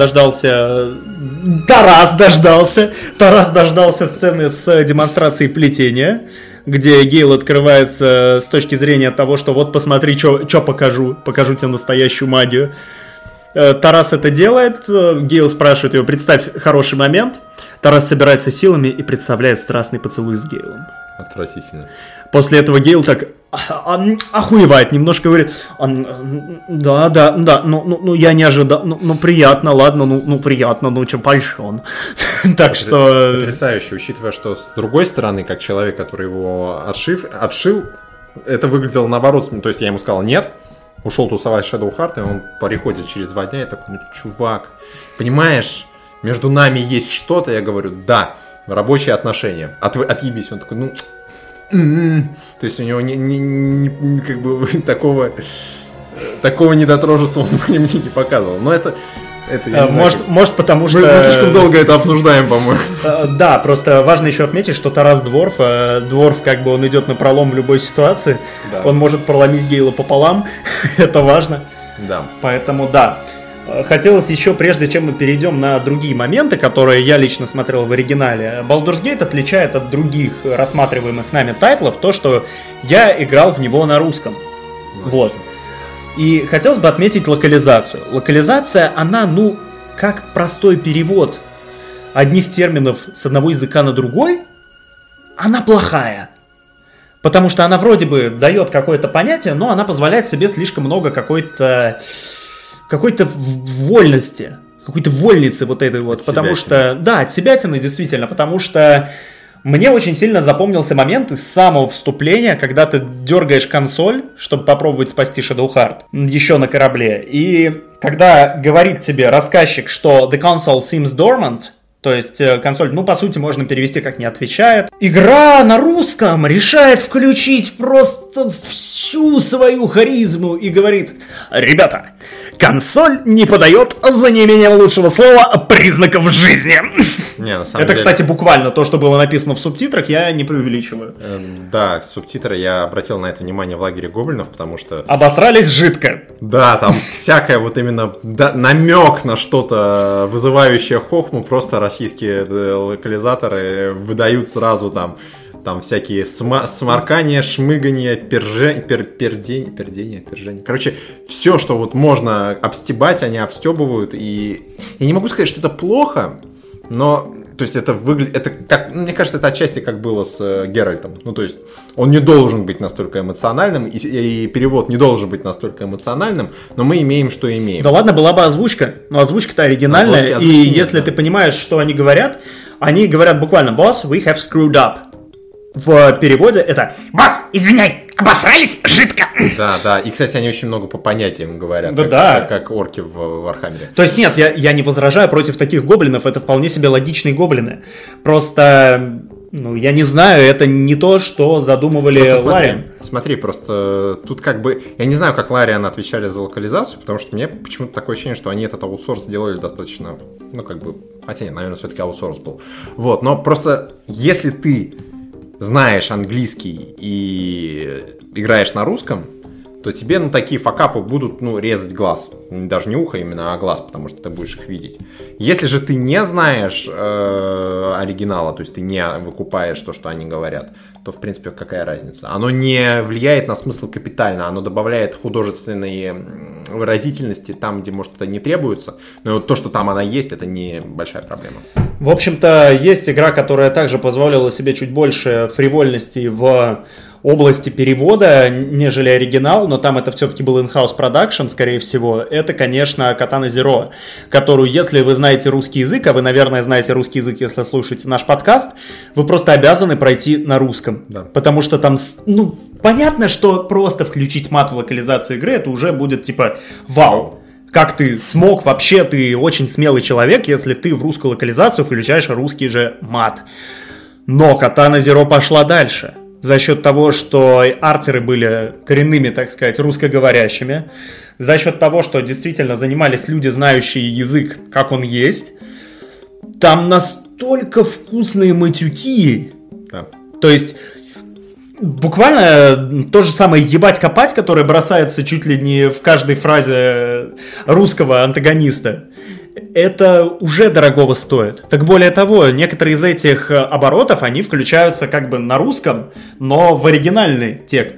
Тарас дождался сцены с демонстрацией плетения, где Гейл открывается с точки зрения того, что вот посмотри, что покажу тебе настоящую магию. Тарас это делает, Гейл спрашивает ее, представь хороший момент, Тарас собирается силами и представляет страстный поцелуй с Гейлом. Отвратительно. После этого Гейл так охуевает, немножко говорит, да, ну я не ожидал, ну приятно, ладно, ну приятно, ну чем польщен. Так что... Потрясающе, учитывая, что с другой стороны, как человек, который его отшил, это выглядело наоборот, то есть я ему сказал нет, ушел тусовать Shadowheart, и он приходит через 2 дня и такой, ну чувак, понимаешь, между нами есть что-то, я говорю, да, рабочие отношения, отъебись, он такой, ну... То есть у него как бы такого недотрожества он мне не показывал. Но это я не знаю, может потому что... Мы слишком долго это обсуждаем, по-моему. Да, просто важно еще отметить, что Тарас Дворф как бы он идет на пролом в любой ситуации. Да. Он может проломить Гейла пополам. Это важно. Да. Поэтому да. Хотелось еще, прежде чем мы перейдем на другие моменты, которые я лично смотрел в оригинале, Baldur's Gate отличает от других рассматриваемых нами тайтлов то, что я играл в него на русском. Вот. И хотелось бы отметить локализацию. Локализация, она, как простой перевод одних терминов с одного языка на другой, она плохая. Потому что она вроде бы дает какое-то понятие, но она позволяет себе слишком много какой-то вольности, какой-то вольницы вот этой вот, потому что, да, от себятины действительно, потому что мне очень сильно запомнился момент из самого вступления, когда ты дергаешь консоль, чтобы попробовать спасти Shadowheart еще на корабле, и когда говорит тебе рассказчик, что the console seems dormant, то есть консоль, по сути, можно перевести как «не отвечает». Игра на русском решает включить просто всю свою харизму и говорит: ребята, консоль не подает, за неимением лучшего слова, признаков жизни. Это, кстати, буквально то, что было написано в субтитрах, я не преувеличиваю. Да, субтитры, я обратил на это внимание в лагере гоблинов, потому что... Обосрались жидко. Да, там всякое вот именно намек на что-то вызывающее хохму, просто российские локализаторы выдают сразу там всякие сморкания, шмыгания, пердение. Короче, все, что вот можно обстебать, они обстебывают. И я не могу сказать, что это плохо, но то есть это выглядит, это как, мне кажется, это отчасти как было с Геральтом. То есть он не должен быть настолько эмоциональным, и перевод не должен быть настолько эмоциональным, но мы имеем, что имеем. Да ладно, была бы озвучка, но озвучка-то оригинальная, и если ты понимаешь, что они говорят буквально «Boss, we have screwed up». В переводе это «Босс, извиняй, обосрались жидко». Да, и, кстати, они очень много по понятиям говорят, как орки в Вархаммере. То есть нет, я не возражаю против таких гоблинов, это вполне себе логичные гоблины. Просто, я не знаю, это не то, что задумывали Лариан. Смотри, просто тут как бы, я не знаю, как Лариан отвечали за локализацию, потому что мне почему-то такое ощущение, что они этот аутсорс сделали достаточно, хотя нет, наверное, все-таки аутсорс был. Вот, но просто если ты знаешь английский и играешь на русском, то тебе на такие факапы будут, резать глаз. Даже не ухо именно, а глаз, потому что ты будешь их видеть. Если же ты не знаешь оригинала, то есть ты не выкупаешь то, что они говорят, то, в принципе, какая разница? Оно не влияет на смысл капитально, оно добавляет художественной выразительности там, где, может, это не требуется, но вот то, что там она есть, это не большая проблема. В общем-то, есть игра, которая также позволила себе чуть больше фривольности в области перевода, нежели оригинал, но там это все-таки был in-house production, скорее всего. Это, конечно, Katana Zero, которую, если вы знаете русский язык, а вы, наверное, знаете русский язык, если слушаете наш подкаст, вы просто обязаны пройти на русском. Да. Потому что там, понятно, что просто включить мат в локализацию игры, это уже будет типа вау. Как ты смог, вообще ты очень смелый человек, если ты в русскую локализацию включаешь русский же мат. Но Katana Zero пошла дальше. За счет того, что артеры были коренными, так сказать, русскоговорящими, за счет того, что действительно занимались люди, знающие язык, как он есть, там настолько вкусные матюки. Да. То есть, буквально то же самое ебать-копать, которое бросается чуть ли не в каждой фразе русского антагониста. Это уже дорогого стоит. Так более того, некоторые из этих оборотов, они включаются как бы на русском, но в оригинальный текст,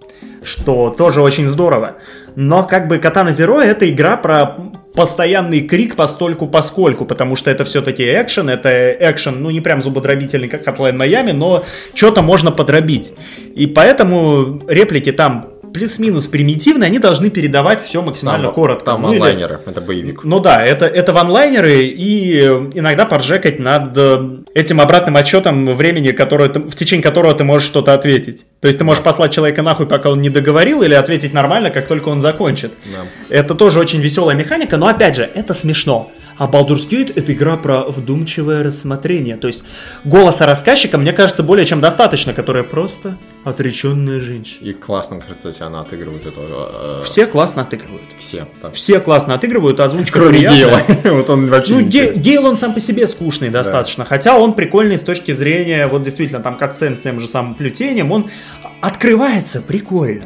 что тоже очень здорово. Но как бы Katana Zero — это игра про постоянный крик постольку-поскольку, потому что это все-таки экшен, не прям зубодробительный, как Hotline Miami, но что-то можно подробить. И поэтому реплики там плюс-минус примитивные, они должны передавать все максимально коротко. Там онлайнеры, это боевик. Это ванлайнеры, и иногда поржекать над этим обратным отчетом времени, в течение которого ты можешь что-то ответить. То есть ты можешь послать человека нахуй, пока он не договорил, или ответить нормально, как только он закончит. Да. Это тоже очень веселая механика, но опять же, это смешно. А Baldur's Gate — это игра про вдумчивое рассмотрение. То есть голоса рассказчика, мне кажется, более чем достаточно, которая просто отреченная женщина. И классно, кстати, она отыгрывает это. Все классно отыгрывают. Все. Да. Все классно отыгрывают, озвучка кроме приятная. Гейла. Вот он вообще Гейл, он сам по себе скучный достаточно. Да. Хотя он прикольный с точки зрения, вот действительно, там катсцен с тем же самым плетением, он открывается прикольно.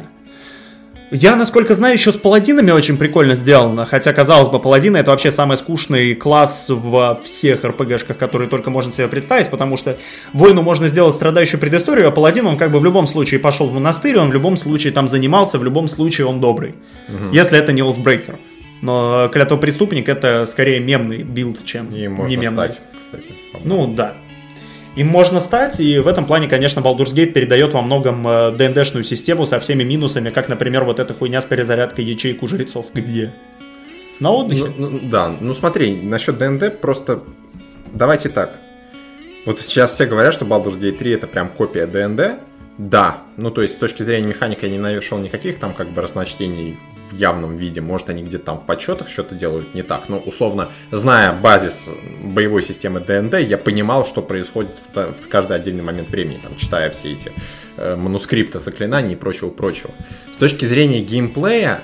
Я, насколько знаю, еще с паладинами очень прикольно сделано, хотя, казалось бы, паладины — это вообще самый скучный класс во всех РПГшках, которые только можно себе представить, потому что воину можно сделать страдающую предысторию, а паладин, он как бы в любом случае пошел в монастырь, он в любом случае там занимался, в любом случае он добрый, если это не Oathbreaker. Но клятвопреступник — это скорее мемный билд, чем не мемный. И можно стать, кстати. Да. Им можно стать, и в этом плане, конечно, Baldur's Gate передает во многом ДНДшную систему со всеми минусами, как, например, вот эта хуйня с перезарядкой ячеек у жрецов. Где? На отдыхе? Смотри, насчет ДНД просто... Давайте так. Вот сейчас все говорят, что Baldur's Gate 3 это прям копия ДНД. Да, то есть с точки зрения механики я не нашел никаких там как бы разночтений в явном виде. Может, они где-то там в подсчетах что-то делают не так. Но, условно, зная базис боевой системы ДНД, я понимал, что происходит в каждый отдельный момент времени, там, читая все эти манускрипты заклинаний и прочего-прочего. С точки зрения геймплея,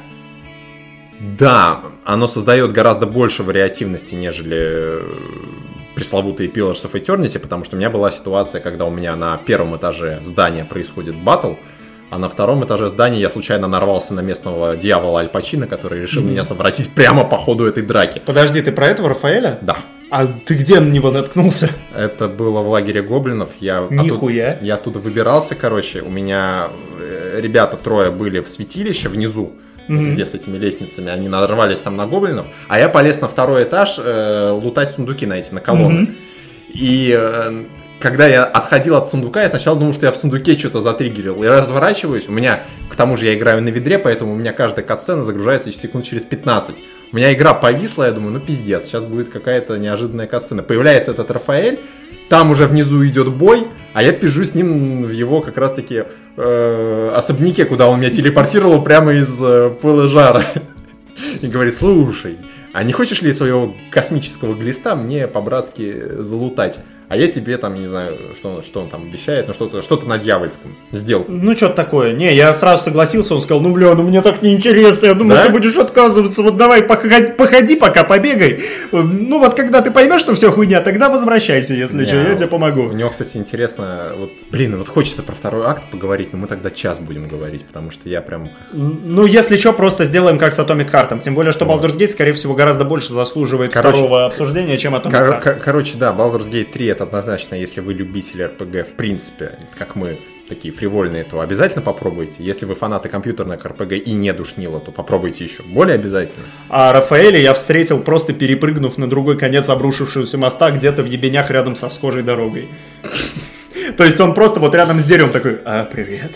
да, оно создает гораздо больше вариативности, нежели пресловутые Pillars of Eternity, потому что у меня была ситуация, когда у меня на первом этаже здания происходит баттл, а на втором этаже здания я случайно нарвался на местного дьявола Аль Пачино, который решил меня совратить прямо по ходу этой драки. Подожди, ты про этого Рафаэля? Да. А ты где на него наткнулся? Это было в лагере гоблинов. Нихуя. Я оттуда выбирался, у меня ребята трое были в святилище внизу, где с этими лестницами, они нарвались там на гоблинов, а я полез на второй этаж лутать сундуки на колонны. И когда я отходил от сундука, я сначала думал, что я в сундуке что-то затриггерил. Я разворачиваюсь, у меня, к тому же я играю на ведре, поэтому у меня каждая катсцена загружается секунд через 15. У меня игра повисла, я думаю, пиздец, сейчас будет какая-то неожиданная катсцена. Появляется этот Рафаэль, там уже внизу идет бой, а я пизжу с ним в его как раз-таки особняке, куда он меня телепортировал прямо из пыла жара. И говорит: слушай, а не хочешь ли своего космического глиста мне по-братски залутать? а я тебе там, не знаю, что он там обещает, но что-то на дьявольском сделал. Ну, что-то такое. Не, я сразу согласился, он сказал, ну, бля, ну мне так неинтересно, я думаю, да? ты будешь отказываться, вот давай, походи пока, побегай. Ну, вот когда ты поймешь, что все хуйня, тогда возвращайся, если что, я тебе помогу. У него, кстати, интересно, вот хочется про второй акт поговорить, но мы тогда час будем говорить, потому что я прям... Ну, если что, просто сделаем как с Atomic Heart, тем более, что Baldur's Gate, скорее всего, гораздо больше заслуживает второго обсуждения, чем Atomic Heart. Короче, да, Baldur's Gate 3 это однозначно, если вы любители RPG, в принципе, как мы, такие фривольные, то обязательно попробуйте. Если вы фанаты компьютерных RPG и не душнило, то попробуйте еще. Более обязательно. А Рафаэля я встретил, просто перепрыгнув на другой конец обрушившегося моста где-то в ебенях рядом со схожей дорогой. То есть он просто вот рядом с деревом такой, привет.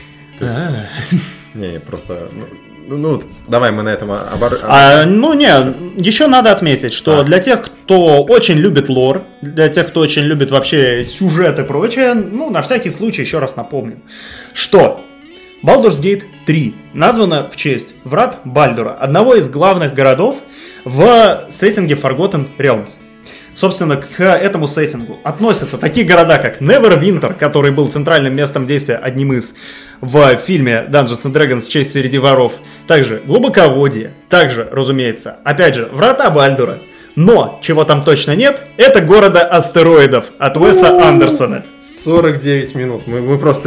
Не, просто... Ну, давай мы на этом еще надо отметить, что для тех, кто очень любит лор, для тех, кто очень любит вообще сюжет и прочее, ну, на всякий случай еще раз напомним, что Baldur's Gate 3 названа в честь врат Бальдура, одного из главных городов в сеттинге Forgotten Realms. Собственно, к этому сеттингу относятся такие города, как Neverwinter, который был центральным местом действия, одним из, в фильме Dungeons and Dragons «Честь среди воров». Также Глубоководье, также, разумеется, опять же, Врата Бальдура. Но, чего там точно нет, это города астероидов от Уэса Андерсона. 49 минут, мы просто...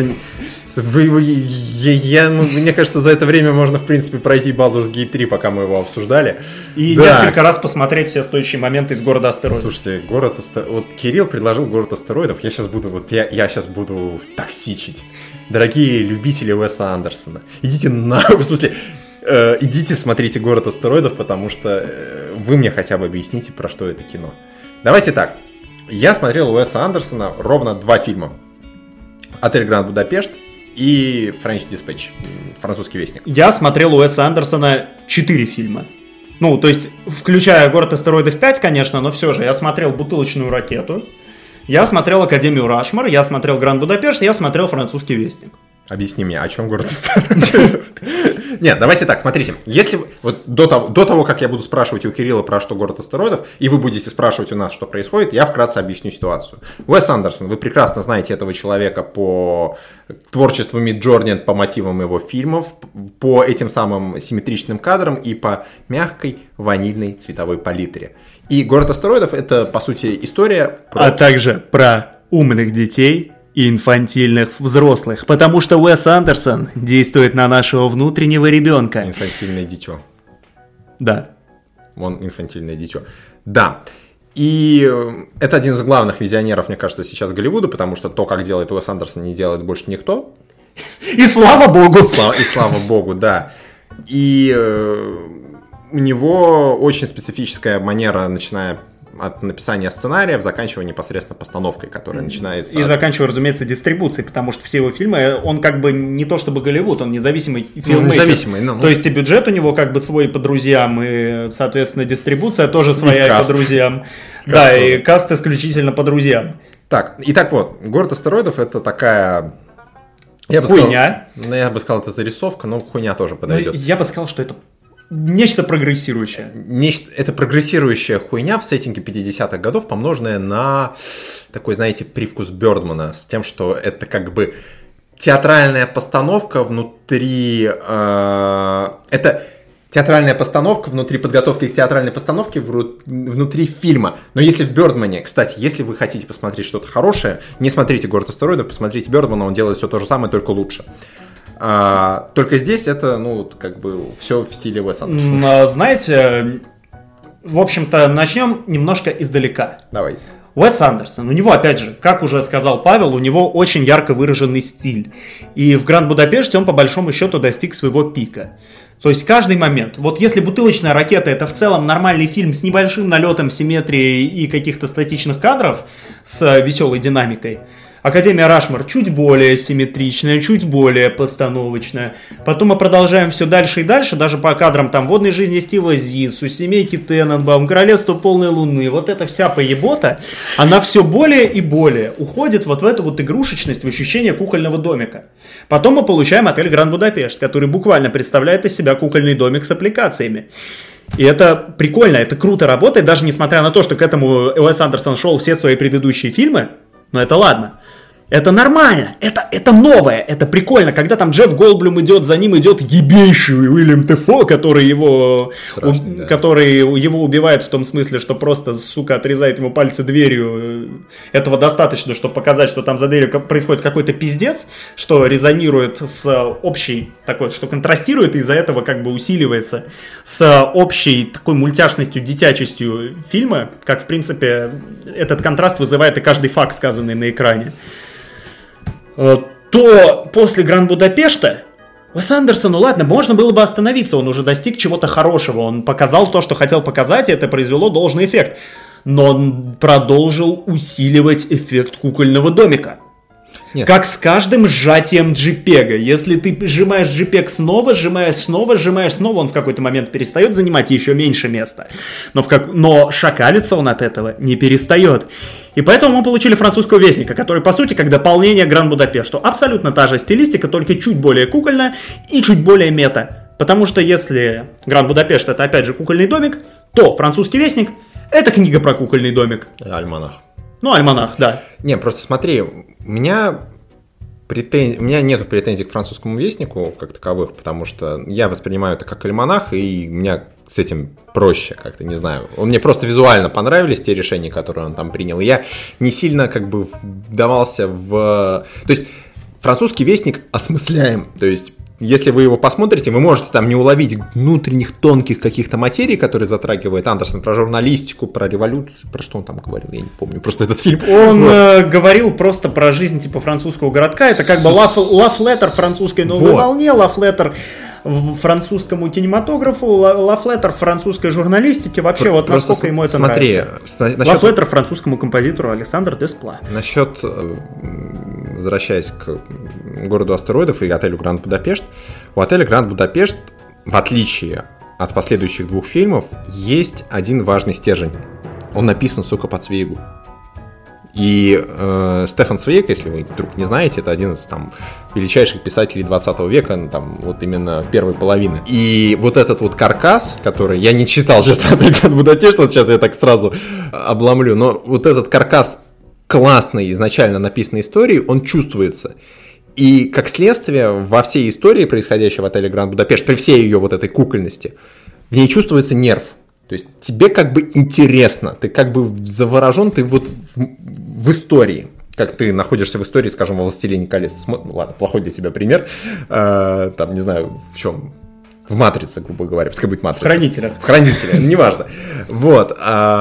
Мне кажется, за это время можно, в принципе, пройти Baldur's Gate 3, пока мы его обсуждали. И несколько раз посмотреть все стоящие моменты из города астероидов. Слушайте, город астероидов... Вот Кирилл предложил город астероидов, я сейчас буду токсичить. Дорогие любители Уэса Андерсона, идите в смысле... идите смотрите город астероидов, потому что вы мне хотя бы объясните, про что это кино. Давайте так. Я смотрел Уэса Андерсона ровно 2 фильма. «Отель Гранд Будапешт» и French Dispatch, французский вестник. Я смотрел у Уэса Андерсона 4 фильма. Ну, то есть, включая «Город астероидов 5», конечно, но все же. Я смотрел «Бутылочную ракету», я смотрел «Академию Рашмор», я смотрел «Гранд Будапешт», я смотрел «Французский вестник». Объясни мне, о чем город астероидов? Нет, давайте так, смотрите. Если вот до того, как я буду спрашивать у Кирилла про что город астероидов, и вы будете спрашивать у нас, что происходит, я вкратце объясню ситуацию. Уэс Андерсон, вы прекрасно знаете этого человека по творчеству Миджорни, по мотивам его фильмов, по этим самым симметричным кадрам и по мягкой ванильной цветовой палитре. И город астероидов — это, по сути, история про... А также про умных детей и инфантильных взрослых, потому что Уэс Андерсон действует на нашего внутреннего ребенка. Инфантильное дитё. Да. Он инфантильное дитё. Да. И это один из главных визионеров, мне кажется, сейчас Голливуда, потому что то, как делает Уэс Андерсон, не делает больше никто. И слава богу! И слава богу, да. И у него очень специфическая манера, начиная от написания сценариев, заканчивая непосредственно постановкой, которая начинается... И заканчивая, разумеется, дистрибуцией, потому что все его фильмы, он как бы не то чтобы Голливуд, он независимый филммейкер. Независимый, То есть и бюджет у него как бы свой по друзьям, и, соответственно, дистрибуция тоже своя по друзьям. Да, и каст исключительно по друзьям. Так, итак, вот, «Город астероидов» — это такая... Хуйня. Я бы сказал, это зарисовка, но хуйня тоже подойдет. Я бы сказал, что это нечто прогрессирующее. Это прогрессирующая хуйня в сеттинге 50-х годов, помноженная на такой, знаете, привкус Бёрдмана, с тем, что это как бы театральная постановка внутри... это театральная постановка внутри подготовки к театральной постановке внутри фильма. Но если в Бёрдмане, кстати, если вы хотите посмотреть что-то хорошее, не смотрите «Город астероидов», посмотрите Бёрдмана, он делает все то же самое, только лучше. Только здесь это, как бы все в стиле Уэса Андерсона. Знаете, в общем-то, начнем немножко издалека. Давай. Уэс Андерсон, у него, опять же, как уже сказал Павел, у него очень ярко выраженный стиль. И в «Гранд Будапеште» он, по большому счету, достиг своего пика. То есть каждый момент. Вот если «Бутылочная ракета» — это в целом нормальный фильм с небольшим налетом симметрии и каких-то статичных кадров с веселой динамикой, «Академия Рашмор» чуть более симметричная, чуть более постановочная. Потом мы продолжаем все дальше и дальше, даже по кадрам там «Водной жизни Стива Зиссу», «Семейки Тененбаум», «Королевство полной луны». Вот эта вся поебота, она все более и более уходит вот в эту вот игрушечность, в ощущение кукольного домика. Потом мы получаем «Отель Гранд Будапешт», который буквально представляет из себя кукольный домик с аппликациями. И это прикольно, это круто работает, даже несмотря на то, что к этому Уэс Андерсон шел все свои предыдущие фильмы. Но это ладно. Это нормально, это новое, это прикольно. Когда там Джефф Голдблюм идет, за ним идет ебейший Уильям Дефо, который его убивает в том смысле, что просто, сука, отрезает ему пальцы дверью. Этого достаточно, чтобы показать, что там за дверью происходит какой-то пиздец, что резонирует с общей такой, что контрастирует и из-за этого как бы усиливается с общей такой мультяшностью, дитячестью фильма, как в принципе этот контраст вызывает и каждый факт, сказанный на экране. То после Гранд Будапешта Уэс Андерсону, ладно, можно было бы остановиться, он уже достиг чего-то хорошего, он показал то, что хотел показать, и это произвело должный эффект. Но он продолжил усиливать эффект кукольного домика. Нет. Как с каждым сжатием JPEG. Если ты сжимаешь JPEG снова, сжимаешь снова, он в какой-то момент перестает занимать еще меньше места. Но шакалиться он от этого не перестает. И поэтому мы получили французского вестника, который, по сути, как дополнение Гранд Будапешту. Абсолютно та же стилистика, только чуть более кукольная и чуть более мета. Потому что если Гранд Будапешт это, опять же, кукольный домик, то французский вестник это книга про кукольный домик. Альманах. Ну, альманах, да. Не, просто смотри, у меня нету претензий к французскому вестнику как таковых, потому что я воспринимаю это как альманах, и у меня с этим проще, как-то, не знаю. Мне просто визуально понравились те решения, которые он там принял. И я не сильно как бы вдавался в... То есть французский вестник осмысляем, то есть если вы его посмотрите, вы можете там не уловить внутренних тонких каких-то материй, которые затрагивает Андерсон, про журналистику, про революцию, про что он там говорил, я не помню, просто этот фильм. Он говорил просто про жизнь типа французского городка, это как бы love letter французской новой волне, love letter французскому кинематографу, love letter французской журналистике, вообще вот просто насколько ему это нравится. Love letter французскому композитору Александру Деспла. Насчет, возвращаясь к городу астероидов и отелю Гранд Будапешт, у отеля Гранд Будапешт, в отличие от последующих двух фильмов, есть один важный стержень. Он написан, сука, по Цвейгу. И Стефан Цвейг, если вы вдруг не знаете, это один из там величайших писателей 20 века, там вот именно первой половины. И вот этот вот каркас, который я не читал, честно, отель Гранд Будапешт, вот сейчас я так сразу обломлю, но вот этот каркас классной изначально написанной истории, он чувствуется. И как следствие, во всей истории, происходящей в отеле Гранд Будапешт, при всей ее вот этой кукольности, в ней чувствуется нерв. То есть тебе как бы интересно, ты как бы заворожен, ты вот в истории, как ты находишься в истории, скажем, во «Властелине колец». Ну, ладно, плохой для тебя пример, там, не знаю, в чем, в «Матрице», грубо говоря, пускай будет «Матрица». В «Хранителях», неважно. Вот.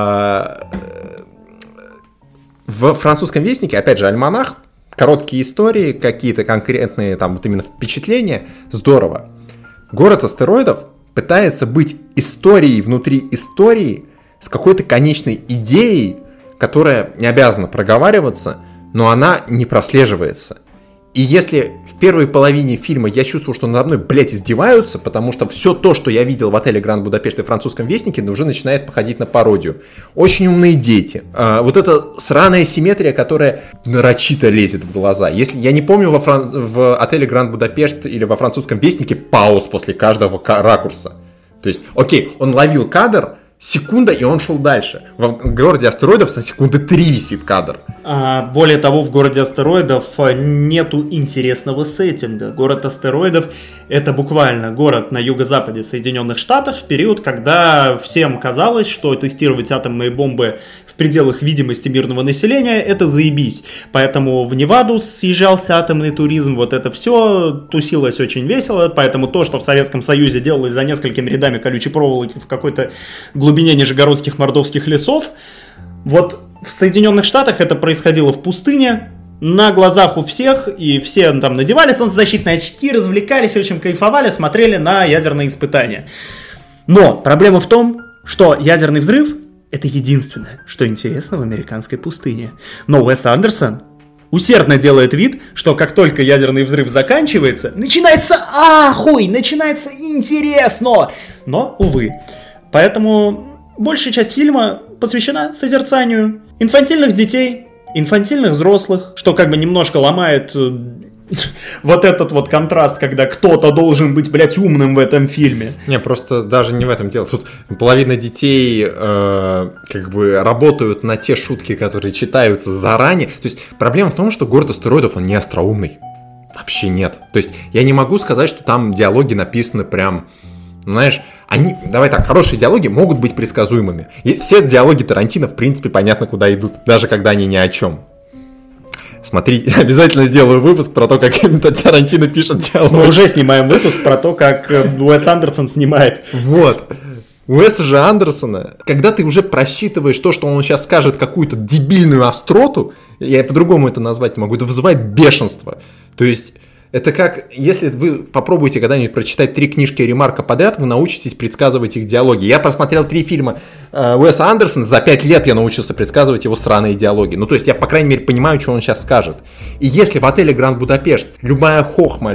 В французском вестнике, опять же, альманах, короткие истории, какие-то конкретные там вот именно впечатления, здорово. Город астероидов пытается быть историей внутри истории с какой-то конечной идеей, которая не обязана проговариваться, но она не прослеживается. И если в первой половине фильма я чувствовал, что надо мной, блядь, издеваются, потому что все то, что я видел в отеле Гранд Будапешт и французском вестнике, уже начинает походить на пародию. Очень умные дети. Вот эта сраная симметрия, которая нарочито лезет в глаза. Если я не помню в отеле Гранд Будапешт или во французском вестнике пауз после каждого ракурса. То есть, окей, он ловил кадр, секунда, и он шел дальше. В городе астероидов на секунды 3 висит кадр. Более того, в городе астероидов нету интересного сеттинга. Город астероидов — это буквально город на юго-западе Соединенных Штатов в период, когда всем казалось, что тестировать атомные бомбы в пределах видимости мирного населения — это заебись. Поэтому в Неваду съезжался атомный туризм, вот это все тусилось очень весело. Поэтому то, что в Советском Союзе делалось за несколькими рядами колючей проволоки в какой-то глубине нижегородских мордовских лесов, вот в Соединенных Штатах это происходило в пустыне, на глазах у всех, и все там надевали солнцезащитные очки, развлекались, очень кайфовали, смотрели на ядерные испытания. Но проблема в том, что ядерный взрыв — это единственное, что интересно в американской пустыне. Но Уэс Андерсон усердно делает вид, что как только ядерный взрыв заканчивается, начинается ахуй, начинается интересно. Но, увы. Поэтому большая часть фильма посвящена созерцанию инфантильных детей, инфантильных взрослых, что как бы немножко ломает вот этот вот контраст, когда кто-то должен быть, блядь, умным в этом фильме. Не, просто даже не в этом дело. Тут половина детей как бы работают на те шутки, которые читаются заранее. То есть проблема в том, что «Город астероидов», он не остроумный. Вообще нет. То есть я не могу сказать, что там диалоги написаны прям, знаешь, давай так, хорошие диалоги могут быть предсказуемыми. И все диалоги Тарантино, в принципе, понятно, куда идут, даже когда они ни о чем. Смотри, обязательно сделаю выпуск про то, как именно Тарантино пишет диалоги. Мы уже снимаем выпуск про то, как Уэс Андерсон снимает. Вот. У Уэса же Андерсона, когда ты уже просчитываешь то, что он сейчас скажет какую-то дебильную остроту, я по-другому это назвать не могу, это вызывает бешенство. То есть, это как, если вы попробуете когда-нибудь прочитать 3 книжки Ремарка подряд, вы научитесь предсказывать их диалоги. Я посмотрел 3 фильма Уэса Андерсона, за 5 лет я научился предсказывать его сраные диалоги. Ну, то есть, я, по крайней мере, понимаю, что он сейчас скажет. И если в отеле Гранд Будапешт любая хохма,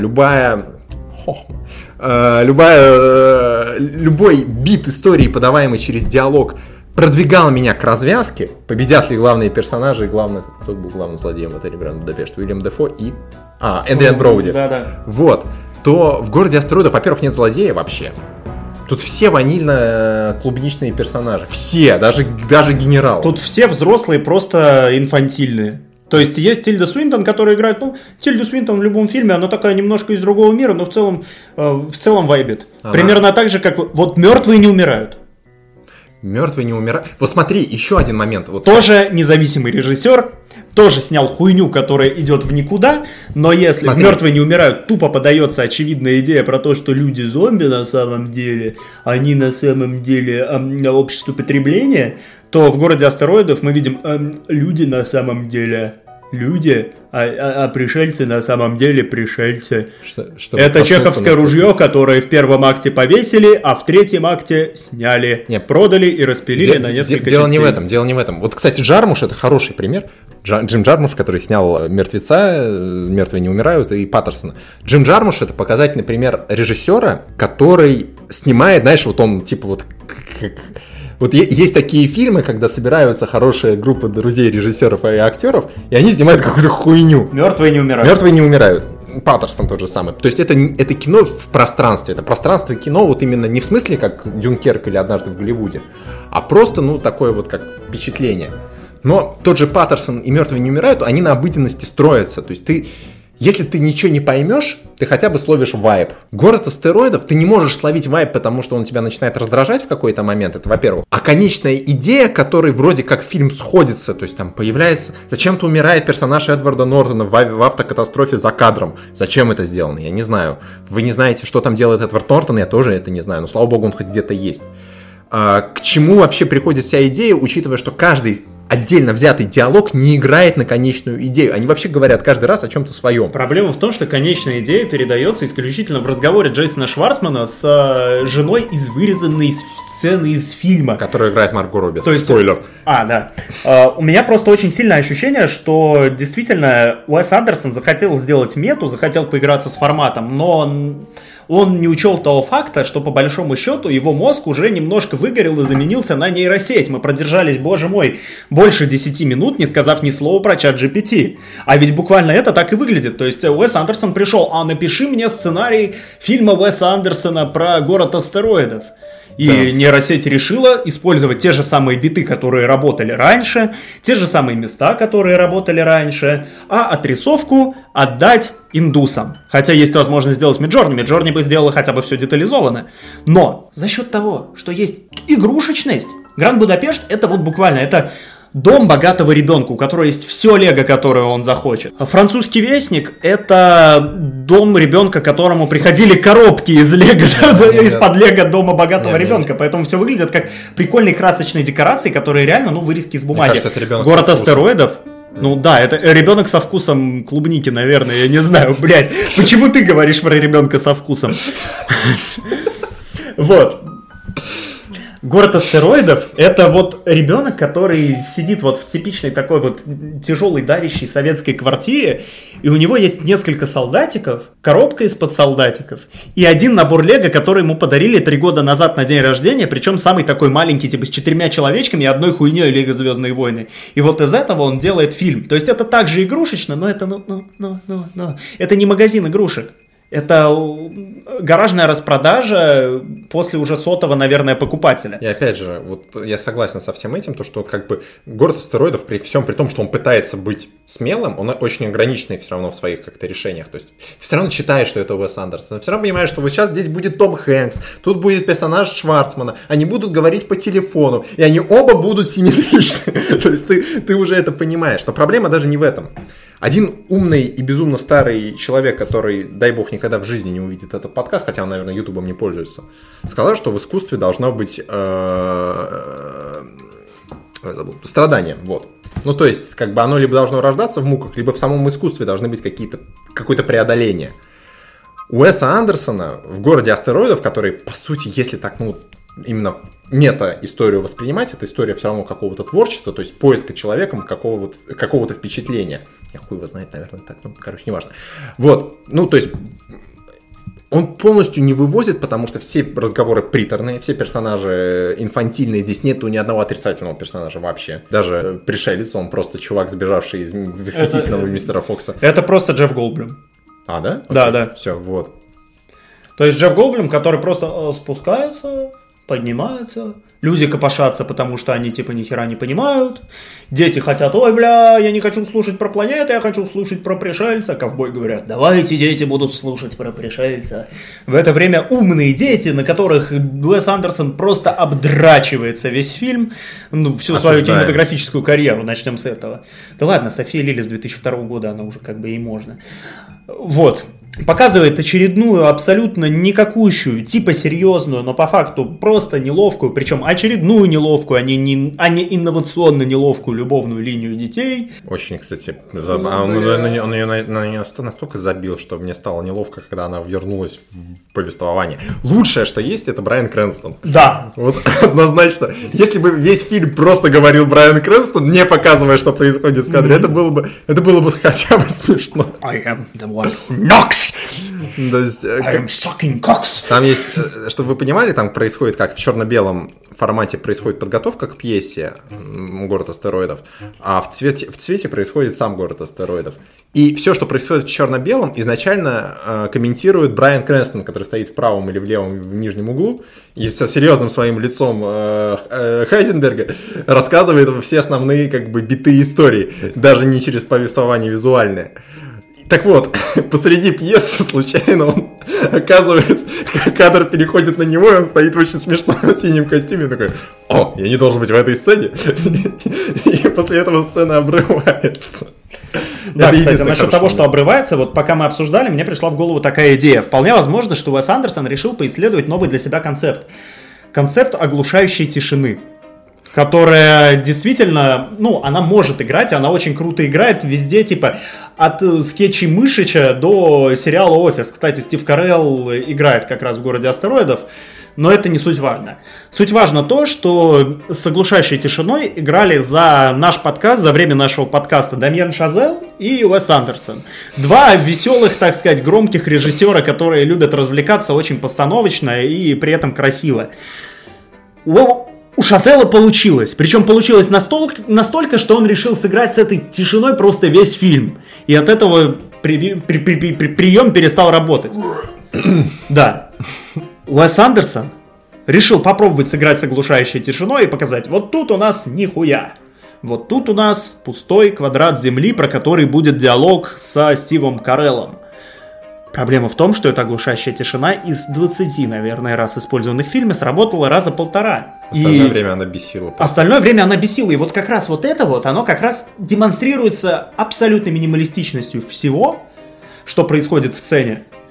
любой бит истории, подаваемый через диалог, продвигал меня к развязке, победят ли главные персонажи и кто был главным злодеем в отеле Гранд Будапешт, Уильям Дефо и Эдриан Броуди. Да. Вот. То в «Городе астероидов», во-первых, нет злодея вообще. Тут все ванильно-клубничные персонажи. Все, даже генерал. Тут все взрослые, просто инфантильные. То есть Тильда Суинтон, которая играет, Тильда Суинтон в любом фильме, она такая немножко из другого мира, но в целом вайбит. Примерно так же, как вот «Мертвые не умирают». «Мертвые не умирают». Вот смотри, еще один момент. Вот. Тоже независимый режиссер, тоже снял хуйню, которая идет в никуда, но если в «Мертвые не умирают» тупо подается очевидная идея про то, что люди зомби на самом деле, они на самом деле общество потребления, то в «Городе астероидов» мы видим люди на самом деле люди, а пришельцы на самом деле пришельцы. Это чеховское ружье, которое в первом акте повесили, а в третьем акте сняли, продали и распилили на несколько частей. Дело не в этом. Вот, кстати, Джармуш — это хороший пример. Джим Джармуш, который снял «Мертвеца», «Мертвые не умирают» и «Паттерсона». Джим Джармуш — это показательный пример режиссера, который снимает, знаешь, вот он типа вот... Вот есть такие фильмы, когда собираются хорошая группа друзей, режиссеров и актеров, и они снимают какую-то хуйню. «Мертвые не умирают». «Мертвые не умирают». Паттерсон тот же самый. То есть это кино в пространстве. Это пространство кино вот именно не в смысле как «Дюнкерк» или «Однажды в Голливуде», а просто, такое вот как впечатление. Но тот же Паттерсон и «Мертвые не умирают», они на обыденности строятся. То есть если ты ничего не поймешь, ты хотя бы словишь вайб. «Город астероидов» ты не можешь словить вайб, потому что он тебя начинает раздражать в какой-то момент, это во-первых. А конечная идея, которой вроде как фильм сходится, то есть там появляется... Зачем-то умирает персонаж Эдварда Нортона в автокатастрофе за кадром. Зачем это сделано? Я не знаю. Вы не знаете, что там делает Эдвард Нортон, я тоже это не знаю, но слава богу, он хоть где-то есть. К чему вообще приходит вся идея, учитывая, что каждый отдельно взятый диалог не играет на конечную идею. Они вообще говорят каждый раз о чем-то своем. Проблема в том, что конечная идея передается исключительно в разговоре Джейсона Шварцмана с женой из вырезанной сцены из фильма. Которую играет Марго Робби. То есть... Спойлер. Да. У меня просто очень сильное ощущение, что действительно Уэс Андерсон захотел сделать мету, захотел поиграться с форматом, но он не учел того факта, что по большому счету его мозг уже немножко выгорел и заменился на нейросеть. Мы продержались, боже мой, больше 10 минут, не сказав ни слова про ChatGPT. А ведь буквально это так и выглядит. То есть Уэс Андерсон пришел: напиши мне сценарий фильма Уэса Андерсона про «Город астероидов». И нейросеть решила использовать те же самые биты, которые работали раньше, те же самые места, которые работали раньше, а отрисовку отдать индусам. Хотя есть возможность сделать Midjourney. Midjourney бы сделала хотя бы все детализовано. Но за счет того, что есть игрушечность, Гранд Будапешт — это вот буквально, это дом богатого ребенка, у которого есть все лего, которое он захочет. Французский вестник — это дом ребенка, которому приходили коробки из лего, из-под лего дома богатого ребенка. Поэтому все выглядит как прикольные красочные декорации, которые реально, вырезки из бумаги. «Город астероидов». Это ребенок со вкусом клубники, наверное, я не знаю, блядь. Почему ты говоришь про ребенка со вкусом? Вот. Город астероидов — это вот ребенок, который сидит вот в типичной такой вот тяжелой давящей советской квартире, и у него есть несколько солдатиков, коробка из-под солдатиков, и один набор лего, который ему подарили 3 года назад на день рождения, причем самый такой маленький, типа с 4 человечками и одной хуйней Лего Звездные войны. И вот из этого он делает фильм. То есть это также игрушечно, но это, это не магазин игрушек. Это гаражная распродажа после уже сотого, наверное, покупателя. И опять же, вот я согласен со всем этим, то что как бы город астероидов при всем при том, что он пытается быть смелым, он очень ограниченный все равно в своих как-то решениях. То есть ты все равно читаешь, что это Уэс Андерсон, ты все равно понимаешь, что вот сейчас здесь будет Том Хэнкс, тут будет персонаж Шварцмана, они будут говорить по телефону, и они оба будут симметричны. То есть ты уже это понимаешь. Но проблема даже не в этом. Один умный и безумно старый человек, который, дай бог, никогда в жизни не увидит этот подкаст, хотя он, наверное, ютубом не пользуется, сказал, что в искусстве должно быть страдание. Вот. Ну, то есть, как бы оно либо должно рождаться в муках, либо в самом искусстве должны быть какое-то преодоление. У Уэса Андерсона в городе астероидов, который, по сути, если так, именно мета-историю воспринимать, это история все равно какого-то творчества, то есть поиска человеком какого-то впечатления. Я хуй его знает, наверное, так, неважно. Вот, то есть он полностью не вывозит, потому что все разговоры приторные, все персонажи инфантильные, здесь нету ни одного отрицательного персонажа вообще. Даже пришелец, он просто чувак, сбежавший из восхитительного мистера Фокса. Это просто Джефф Голдблюм. А, да? Окей. Да. Все, вот. То есть Джефф Голдблюм, который просто спускается, поднимается, люди копошатся, потому что они типа ни хера не понимают, дети хотят, ой, бля, я не хочу слушать про планеты, я хочу слушать про пришельца, ковбой говорят, давайте дети будут слушать про пришельца. В это время умные дети, на которых Уэс Андерсон просто обдрачивается весь фильм, всю свою кинематографическую карьеру, начнем с этого. Да ладно, София Лили с 2002 года, она уже как бы ей можно. Вот. Показывает очередную, абсолютно никакущую, типа серьезную, но по факту просто неловкую, причем очередную неловкую, а не инновационно неловкую любовную линию детей. Очень, кстати, он ее настолько забил, что мне стало неловко, когда она вернулась в повествование. Лучшее, что есть, это Брайан Крэнстон. Да. Вот однозначно. Если бы весь фильм просто говорил Брайан Крэнстон, не показывая, что происходит в кадре, это было бы хотя бы смешно. I am the one who knocks. I am sucking cocks. Там есть, чтобы вы понимали, там происходит как в черно-белом формате происходит подготовка к пьесе «Город астероидов», а в цвете происходит сам «Город астероидов». И все, что происходит в черно-белом, изначально комментирует Брайан Крэнстон, который стоит в правом или в левом в нижнем углу, и со серьезным своим лицом Хайзенберга рассказывает все основные биты истории, даже не через повествование визуальное. Так вот, посреди пьесы случайно он оказывается, кадр переходит на него, и он стоит в очень смешном синем костюме, и такой, о, я не должен быть в этой сцене. И после этого сцена обрывается. Да, кстати, насчет того, что обрывается, вот пока мы обсуждали, мне пришла в голову такая идея. Вполне возможно, что Уэс Андерсон решил поисследовать новый для себя концепт. Концепт оглушающей тишины. Которая действительно, она может играть, она очень круто играет везде, типа, от скетчей Мышича до сериала «Офис». Кстати, Стив Карелл играет как раз в «Городе астероидов», но это не суть важно. Суть важно то, что с оглушающей тишиной играли за наш подкаст, за время нашего подкаста Дамьен Шазел и Уэс Андерсон. Два веселых, так сказать, громких режиссера, которые любят развлекаться очень постановочно и при этом красиво. У Шазела получилось. Причем получилось настолько, что он решил сыграть с этой тишиной просто весь фильм. И от этого прием перестал работать. Да. Уэс Андерсон решил попробовать сыграть с оглушающей тишиной и показать, вот тут у нас нихуя. Вот тут у нас пустой квадрат земли, про который будет диалог со Стивом Кареллом. Проблема в том, что эта оглушающая тишина из 20, наверное, раз использованных в фильме сработала раза 1,5. Остальное время она бесила. Остальное время она бесила. И вот как раз вот это вот, оно как раз демонстрируется абсолютной минималистичностью всего, что происходит в сцене.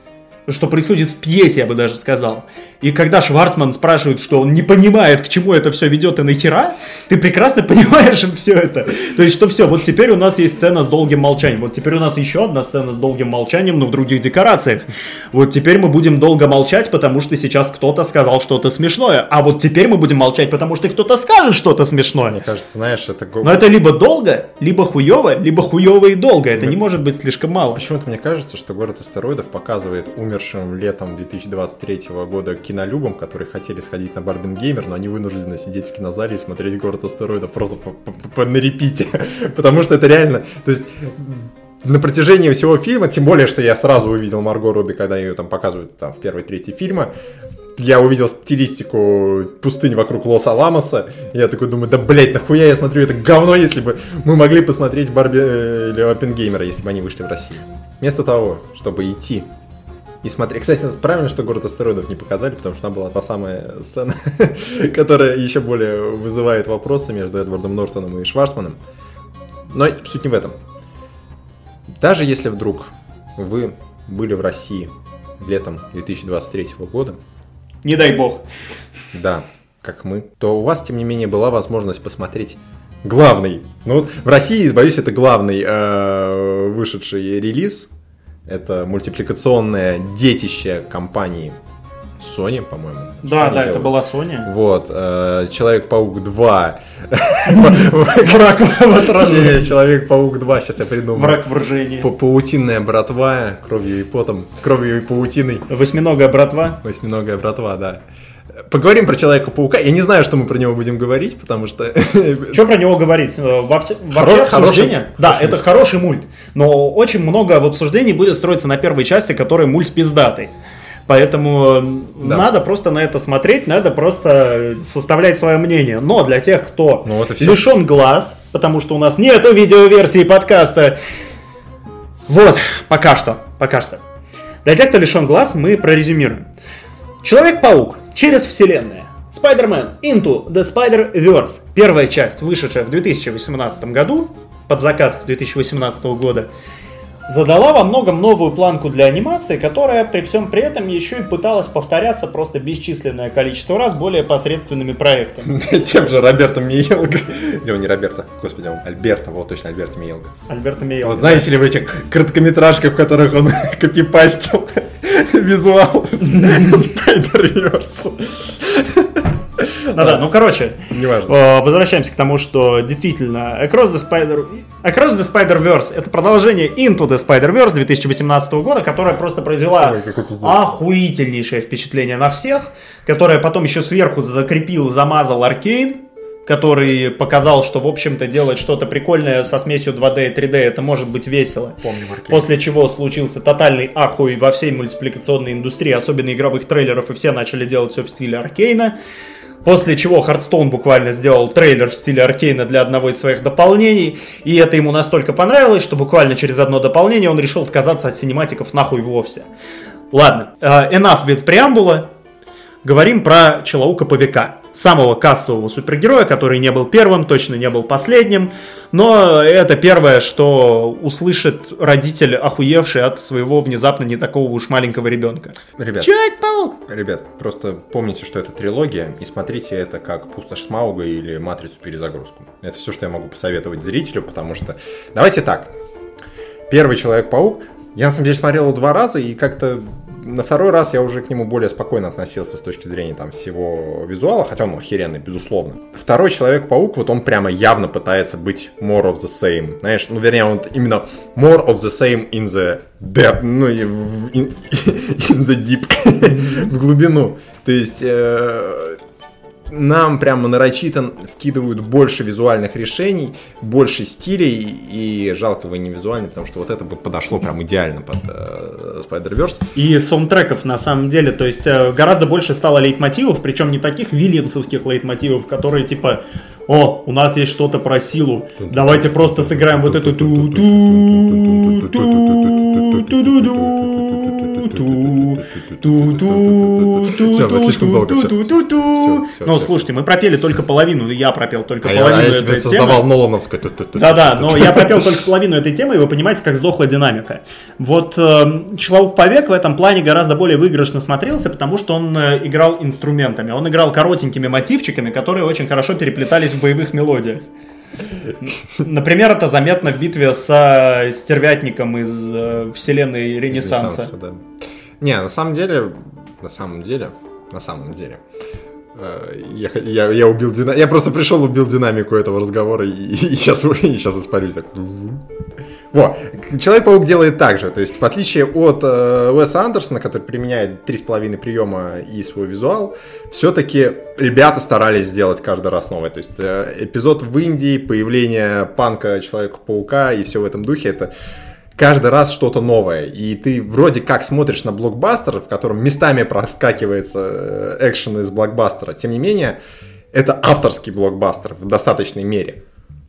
что происходит в пьесе, я бы даже сказал. И когда Шварцман спрашивает, что он не понимает, к чему это все ведет и нахера, ты прекрасно понимаешь все это. То есть, что все, вот теперь у нас есть сцена с долгим молчанием. Вот теперь у нас еще одна сцена с долгим молчанием, но в других декорациях. Вот теперь мы будем долго молчать, потому что сейчас кто-то сказал что-то смешное. А вот теперь мы будем молчать, потому что кто-то скажет что-то смешное. Мне кажется, знаешь, это... Но это либо долго, либо хуево и долго. Это не может быть слишком мало. Почему-то мне кажется, что «Город астероидов» показывает умершим летом 2023 года кинолюбам, которые хотели сходить на Барбенгеймер, но они вынуждены сидеть в кинозале и смотреть «Город астероидов» просто на репите. Потому что это реально... То есть на протяжении всего фильма, тем более, что я сразу увидел Марго Робби, когда ее там показывают там, в первой трети фильма, я увидел стилистику пустынь вокруг Лос-Аламоса, и я такой думаю, да блять, нахуя я смотрю это говно, если бы мы могли посмотреть Барби или Оппенгеймера, если бы они вышли в Россию. Вместо того, чтобы идти и смотреть. Кстати, правильно, что «Город астероидов» не показали, потому что там была та самая сцена, которая еще более вызывает вопросы между Эдвардом Нортоном и Шварцманом. Но суть не в этом. Даже если вдруг вы были в России летом 2023 года, не дай бог, да, как мы, то у вас, тем не менее, была возможность посмотреть главный. Ну вот в России, боюсь, это главный вышедший релиз. Это мультипликационное детище компании Sony, по-моему. Да, это была Sony. Вот, Человек-паук 2. Враг в отражении. Человек-паук 2, сейчас я придумаю. Враг в ржении. Паутинная братва, кровью и потом, кровью и паутиной. Восьминогая братва. Восьминогая братва, да. Поговорим про Человека-паука. Я не знаю, что мы про него будем говорить, потому что... Что про него говорить? Вообще обсуждение... Да, это хороший мульт. Но очень много в обсуждении будет строиться на первой части, которая мульт пиздатый. Поэтому надо просто на это смотреть, надо просто составлять свое мнение. Но для тех, кто лишен глаз, потому что у нас нету видеоверсии подкаста... Вот, пока что. Для тех, кто лишен глаз, мы прорезюмируем. Человек-паук через вселенные. Spider-Man Into the Spider-Verse. Первая часть, вышедшая в 2018 году, под закат 2018 года, задала во многом новую планку для анимации, которая при всем при этом еще и пыталась повторяться просто бесчисленное количество раз более посредственными проектами. Тем же Роберто Миелго. Или он не Роберто, господи, он Альберто, вот точно, Альберто Миелго. Альберто Миелго. Вот знаете ли в этих короткометражках, в которых он копипастил визуал Spider-Verse? Неважно. Возвращаемся к тому, что действительно Across the Spider-Verse это продолжение Into the Spider-Verse 2018 года, которая просто произвела охуительнейшее впечатление на всех, которая потом еще сверху замазал Аркейн, который показал, что в общем-то делать что-то прикольное со смесью 2D и 3D это может быть весело. После чего случился тотальный ахуй во всей мультипликационной индустрии, особенно игровых трейлеров, и все начали делать все в стиле Аркейна. После чего Hearthstone буквально сделал трейлер в стиле Аркейна для одного из своих дополнений, и это ему настолько понравилось, что буквально через одно дополнение он решил отказаться от синематиков нахуй вовсе. Ладно, enough with преамбула. Говорим про Человека-паука, самого кассового супергероя, который не был первым, точно не был последним, но это первое, что услышит родитель, охуевший от своего внезапно не такого уж маленького ребенка. Человек-паук! Ребят, просто помните, что это трилогия, и смотрите это как «Пустошь Смауга» или «Матрицу. Перезагрузку». Это все, что я могу посоветовать зрителю, потому что... Давайте так. Первый Человек-паук, я на самом деле смотрел его 2 раза, и как-то... На второй раз я уже к нему более спокойно относился с точки зрения там всего визуала, хотя он охеренный, безусловно. Второй Человек-паук, вот он прямо явно пытается быть more of the same, знаешь, ну вернее он именно more of the same in the depth, ну in the deep, в глубину. То есть нам прямо нарочито вкидывают больше визуальных решений, больше стилей, и жалко его не визуально, потому что вот это бы подошло прям идеально под Spider-Verse. И саундтреков на самом деле, то есть гораздо больше стало лейтмотивов, причем не таких вильямсовских лейтмотивов, которые типа: о, у нас есть что-то про силу, давайте просто сыграем вот эту ту-ту, Ну, слушайте, мы пропели только половину, я пропел только половину этой темы. Я создавал Нолановское. Да-да, но я пропел только половину этой темы, и вы понимаете, как сдохла динамика. Вот Человек-паук в этом плане гораздо более выигрышно смотрелся, потому что он играл инструментами, он играл коротенькими мотивчиками, которые очень хорошо переплетались в боевых мелодиях. Например, это заметно в битве с стервятником из вселенной Ренессанса. Да. Не, на самом деле, я убил динамику. Я просто пришел, убил динамику этого разговора и сейчас испарюсь так. Вот. Человек-паук делает так же. То есть, в отличие от Уэса Андерсона, который применяет 3,5 приема и свой визуал, все-таки ребята старались сделать каждый раз новое. То есть, эпизод в Индии, появление панка Человека-паука и все в этом духе, это каждый раз что-то новое. И ты вроде как смотришь на блокбастер, в котором местами проскакивается экшен из блокбастера. Тем не менее, это авторский блокбастер в достаточной мере.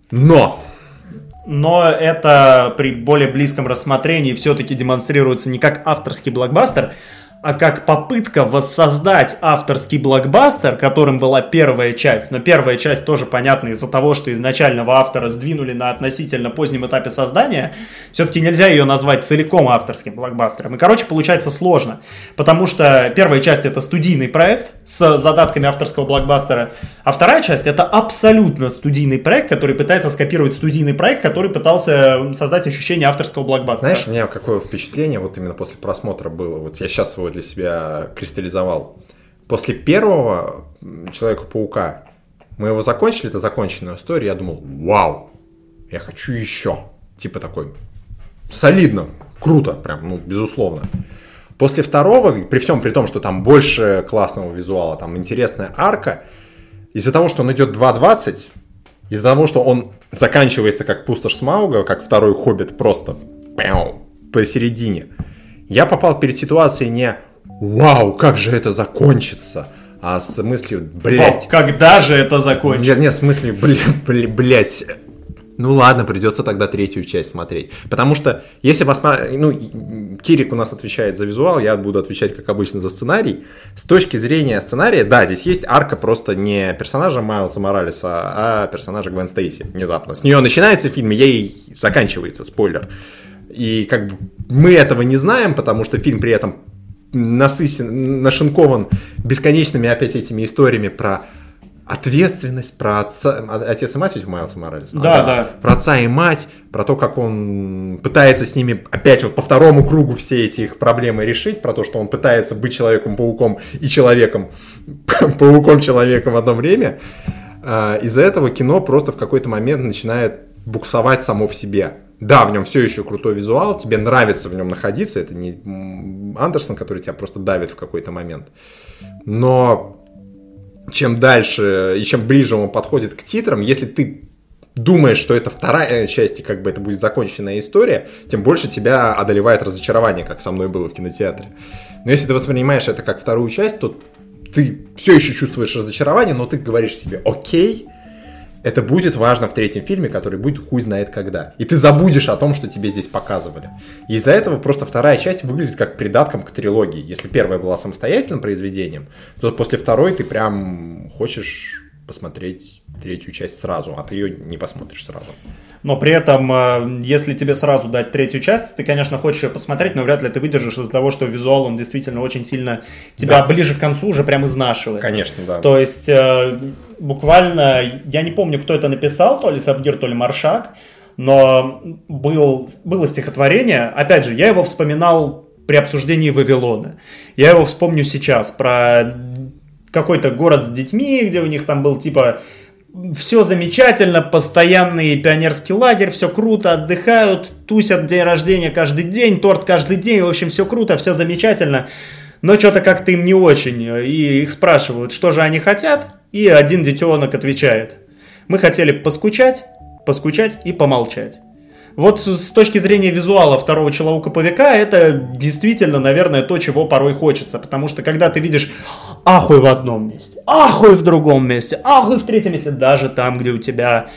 Но это при более близком рассмотрении все-таки демонстрируется не как авторский блокбастер, а как попытка воссоздать авторский блокбастер, которым была первая часть. Но первая часть тоже понятна из-за того, что изначального автора сдвинули на относительно позднем этапе создания. Все-таки нельзя ее назвать целиком авторским блокбастером. И, получается сложно. Потому что первая часть — это студийный проект с задатками авторского блокбастера. А вторая часть — это абсолютно студийный проект, который пытается скопировать студийный проект, который пытался создать ощущение авторского блокбастера. Знаешь, у меня какое впечатление вот именно после просмотра было. Вот я сейчас его для себя кристаллизовал. После первого Человека-паука мы его закончили, это законченная история, я думал, вау, я хочу еще. Типа такой, солидно, круто, прям, безусловно. После второго, при всем при том, что там больше классного визуала, там интересная арка, из-за того, что он идет 2.20, из-за того, что он заканчивается как пустошь Смауга, как второй Хоббит, просто посередине, я попал перед ситуацией не «Вау, как же это закончится!», а с мыслью «Блядь». Когда же это закончится? Нет, с мыслью «Блядь». Ну ладно, придется тогда третью часть смотреть. Потому что если Кирик у нас отвечает за визуал, я буду отвечать, как обычно, за сценарий. С точки зрения сценария, да, здесь есть арка просто не персонажа Майлза Моралеса, а персонажа Гвен Стейси внезапно. С нее начинается фильм, и ей заканчивается, спойлер. И как бы мы этого не знаем, потому что фильм при этом нашинкован бесконечными опять этими историями про ответственность, про отца, отец и мать ведь Майлза Моралеса. Да. Про отца и мать, про то, как он пытается с ними опять вот по второму кругу все эти их проблемы решить, про то, что он пытается быть Человеком-пауком и Человеком-пауком-человеком в одно время. Из-за этого кино просто в какой-то момент начинает буксовать само в себе. Да, в нем все еще крутой визуал, тебе нравится в нем находиться, это не Андерсон, который тебя просто давит в какой-то момент. Но чем дальше и чем ближе он подходит к титрам, если ты думаешь, что это вторая часть и как бы это будет законченная история, тем больше тебя одолевает разочарование, как со мной было в кинотеатре. Но если ты воспринимаешь это как вторую часть, то ты все еще чувствуешь разочарование, но ты говоришь себе «Окей, это будет важно в третьем фильме, который будет хуй знает когда». И ты забудешь о том, что тебе здесь показывали. И из-за этого просто вторая часть выглядит как придатком к трилогии. Если первая была самостоятельным произведением, то после второй ты прям хочешь посмотреть третью часть сразу, а ты ее не посмотришь сразу. Но при этом, если тебе сразу дать третью часть, ты, конечно, хочешь ее посмотреть, но вряд ли ты выдержишь из-за того, что визуал, он действительно очень сильно тебя ближе к концу уже прям изнашивает. Конечно, да. То есть, буквально, я не помню, кто это написал, то ли Сабгир, то ли Маршак, но было стихотворение, опять же, я его вспоминал при обсуждении Вавилона. Я его вспомню сейчас, про какой-то город с детьми, где у них там был типа... Все замечательно, постоянный пионерский лагерь, все круто, отдыхают, тусят день рождения каждый день, торт каждый день, в общем, все круто, все замечательно. Но что-то как-то им не очень, и их спрашивают, что же они хотят, и один детенок отвечает: мы хотели поскучать и помолчать. Вот с точки зрения визуала второго Человека-паука это действительно, наверное, то, чего порой хочется. Потому что когда ты видишь ахуй в одном месте, ахуй в другом месте, ахуй в третьем месте, даже там, где у тебя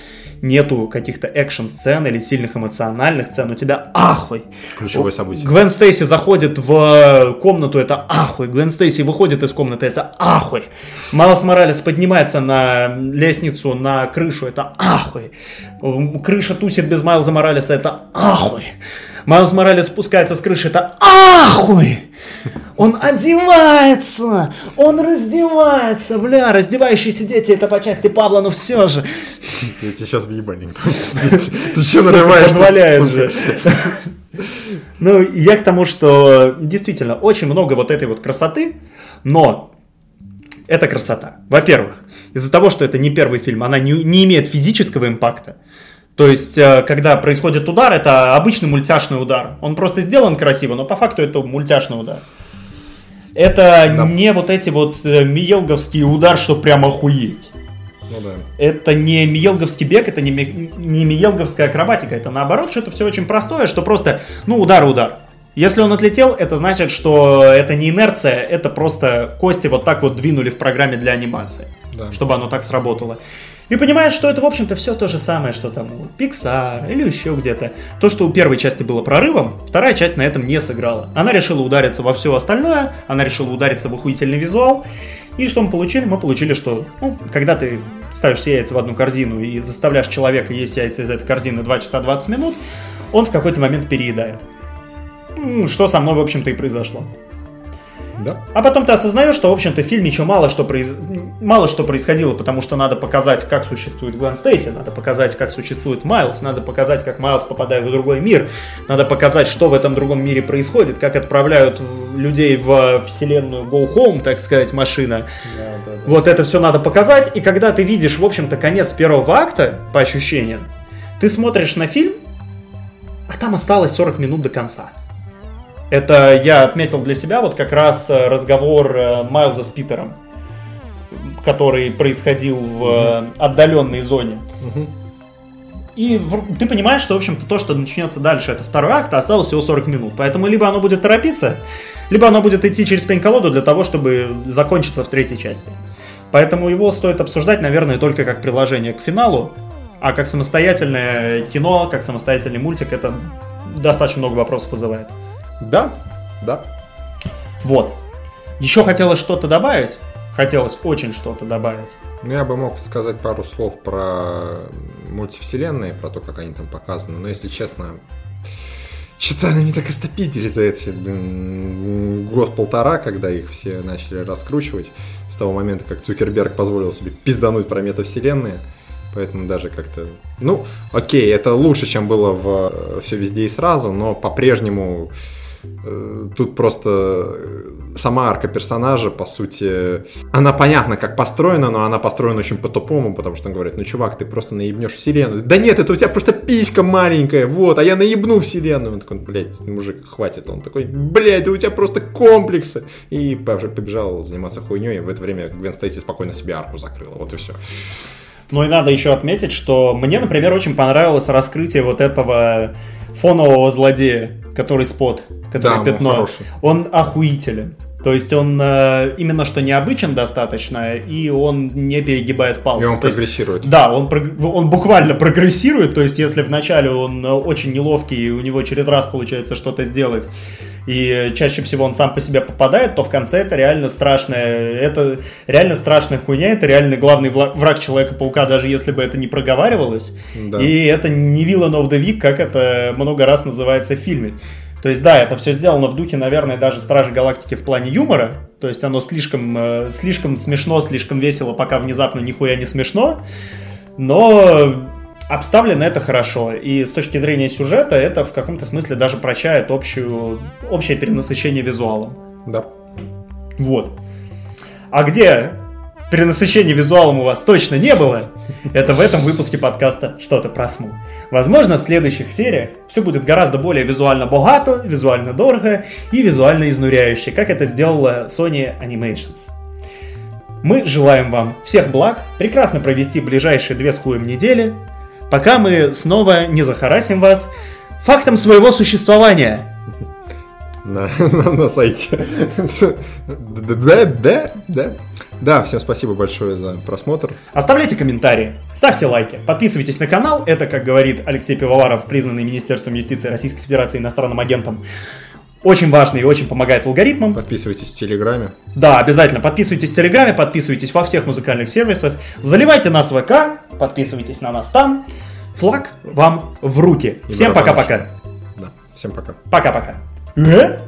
нету каких-то экшн-сцен или сильных эмоциональных сцен, у тебя ахуй. Ключевое событие. Гвен Стейси заходит в комнату, это ахуй. Гвен Стейси выходит из комнаты, это ахуй. Майлз Моралес поднимается на лестницу, на крышу, это ахуй. Крыша тусит без Майлза Моралеса, это ахуй. Майлз Моралес спускается с крыши, это ахуй! Он одевается, он раздевается, бля, раздевающиеся дети, это по части Павла, но все же. Я тебе сейчас въебальник. Ты что нарываешься? Позволяет же. Ну, я к тому, что действительно очень много вот этой вот красоты, но это красота. Во-первых, из-за того, что это не первый фильм, она не имеет физического импакта. То есть, когда происходит удар, это обычный мультяшный удар. Он просто сделан красиво, но по факту это мультяшный удар. Это не вот эти вот миелговский удар, что прям охуеть. Ну да. Это не миелговский бег, это не миелговская акробатика. Это наоборот, что-то все очень простое, что просто, удар. Если он отлетел, это значит, что это не инерция, это просто кости вот так вот двинули в программе для анимации, чтобы оно так сработало. И понимаешь, что это, в общем-то, все то же самое, что там у Pixar или еще где-то. То, что у первой части было прорывом, вторая часть на этом не сыграла. Она решила удариться во все остальное, она решила удариться в охуительный визуал. И что мы получили? Мы получили, что когда ты ставишь все яйца в одну корзину и заставляешь человека есть яйца из этой корзины 2 часа 20 минут, он в какой-то момент переедает. Что со мной, в общем-то, и произошло. Да. А потом ты осознаешь, что, в общем-то, в фильме еще мало что происходило, потому что надо показать, как существует Гвен Стейси, надо показать, как существует Майлз, надо показать, как Майлз попадает в другой мир, надо показать, что в этом другом мире происходит, как отправляют людей в вселенную Go Home, так сказать, машина. Да. Вот это все надо показать, и когда ты видишь, в общем-то, конец первого акта, по ощущениям, ты смотришь на фильм, а там осталось 40 минут до конца. Это я отметил для себя вот как раз разговор Майлза с Питером, который происходил в отдаленной зоне. И ты понимаешь, что, в общем-то, то, что начнется дальше, это второй акт, а осталось всего 40 минут. Поэтому либо оно будет торопиться, либо оно будет идти через пень-колоду для того, чтобы закончиться в третьей части. Поэтому его стоит обсуждать, наверное, только как приложение к финалу, а как самостоятельное кино, как самостоятельный мультик, это достаточно много вопросов вызывает. Да. Вот. Еще хотелось что-то добавить. Хотелось очень что-то добавить. Я бы мог сказать пару слов про мультивселенные, про то, как они там показаны. Но, если честно, что-то они так остопиздили за эти год-полтора, когда их все начали раскручивать. С того момента, как Цукерберг позволил себе пиздануть про метавселенные. Поэтому даже как-то... окей, это лучше, чем было в «Все везде и сразу», но по-прежнему тут просто сама арка персонажа, по сути, она понятно, как построена, но она построена очень по-тупому, потому что он говорит, чувак, ты просто наебнешь вселенную. Да нет, это у тебя просто писька маленькая, вот, а я наебну вселенную. Он такой, блядь, мужик, хватит. Он такой, блядь, да у тебя просто комплексы. И побежал заниматься хуйней, и в это время Гвен Стейси спокойно себе арку закрыла, вот и все. Ну и надо еще отметить, что мне, например, очень понравилось раскрытие вот этого фонового злодея, который Спот, который Пятно. Он охуителен. То есть он именно что необычен достаточно, и он не перегибает палку. И он прогрессирует. Да, он буквально прогрессирует. То есть если вначале он очень неловкий, и у него через раз получается что-то сделать, и чаще всего он сам по себе попадает, то в конце это реально страшная хуйня, это реально главный враг Человека-паука, даже если бы это не проговаривалось. Да. И это не Villain of the Week, как это много раз называется в фильме. То есть, да, это все сделано в духе, наверное, даже Стражи Галактики в плане юмора. То есть оно слишком смешно, слишком весело, пока внезапно нихуя не смешно. Но обставлено это хорошо. И с точки зрения сюжета это в каком-то смысле даже прощает общее перенасыщение визуалом. Да. Вот. А где перенасыщения визуалом у вас точно не было, это в этом выпуске подкаста «Что-то про СМУ». Возможно, в следующих сериях все будет гораздо более визуально богато, визуально дорого и визуально изнуряюще, как это сделала Sony Animations. Мы желаем вам всех благ, прекрасно провести ближайшие 2 с хуем недели, пока мы снова не захарасим вас фактом своего существования. На сайте. Да, всем спасибо большое за просмотр. Оставляйте комментарии, ставьте лайки, подписывайтесь на канал. Это, как говорит Алексей Пивоваров, признанный Министерством юстиции Российской Федерации иностранным агентом, очень важный и очень помогает алгоритмам. Подписывайтесь в Телеграме. Да, обязательно подписывайтесь в Телеграме, подписывайтесь во всех музыкальных сервисах, заливайте нас в ВК, подписывайтесь на нас там. Флаг вам в руки. Всем пока-пока. Да, всем пока. Пока-пока.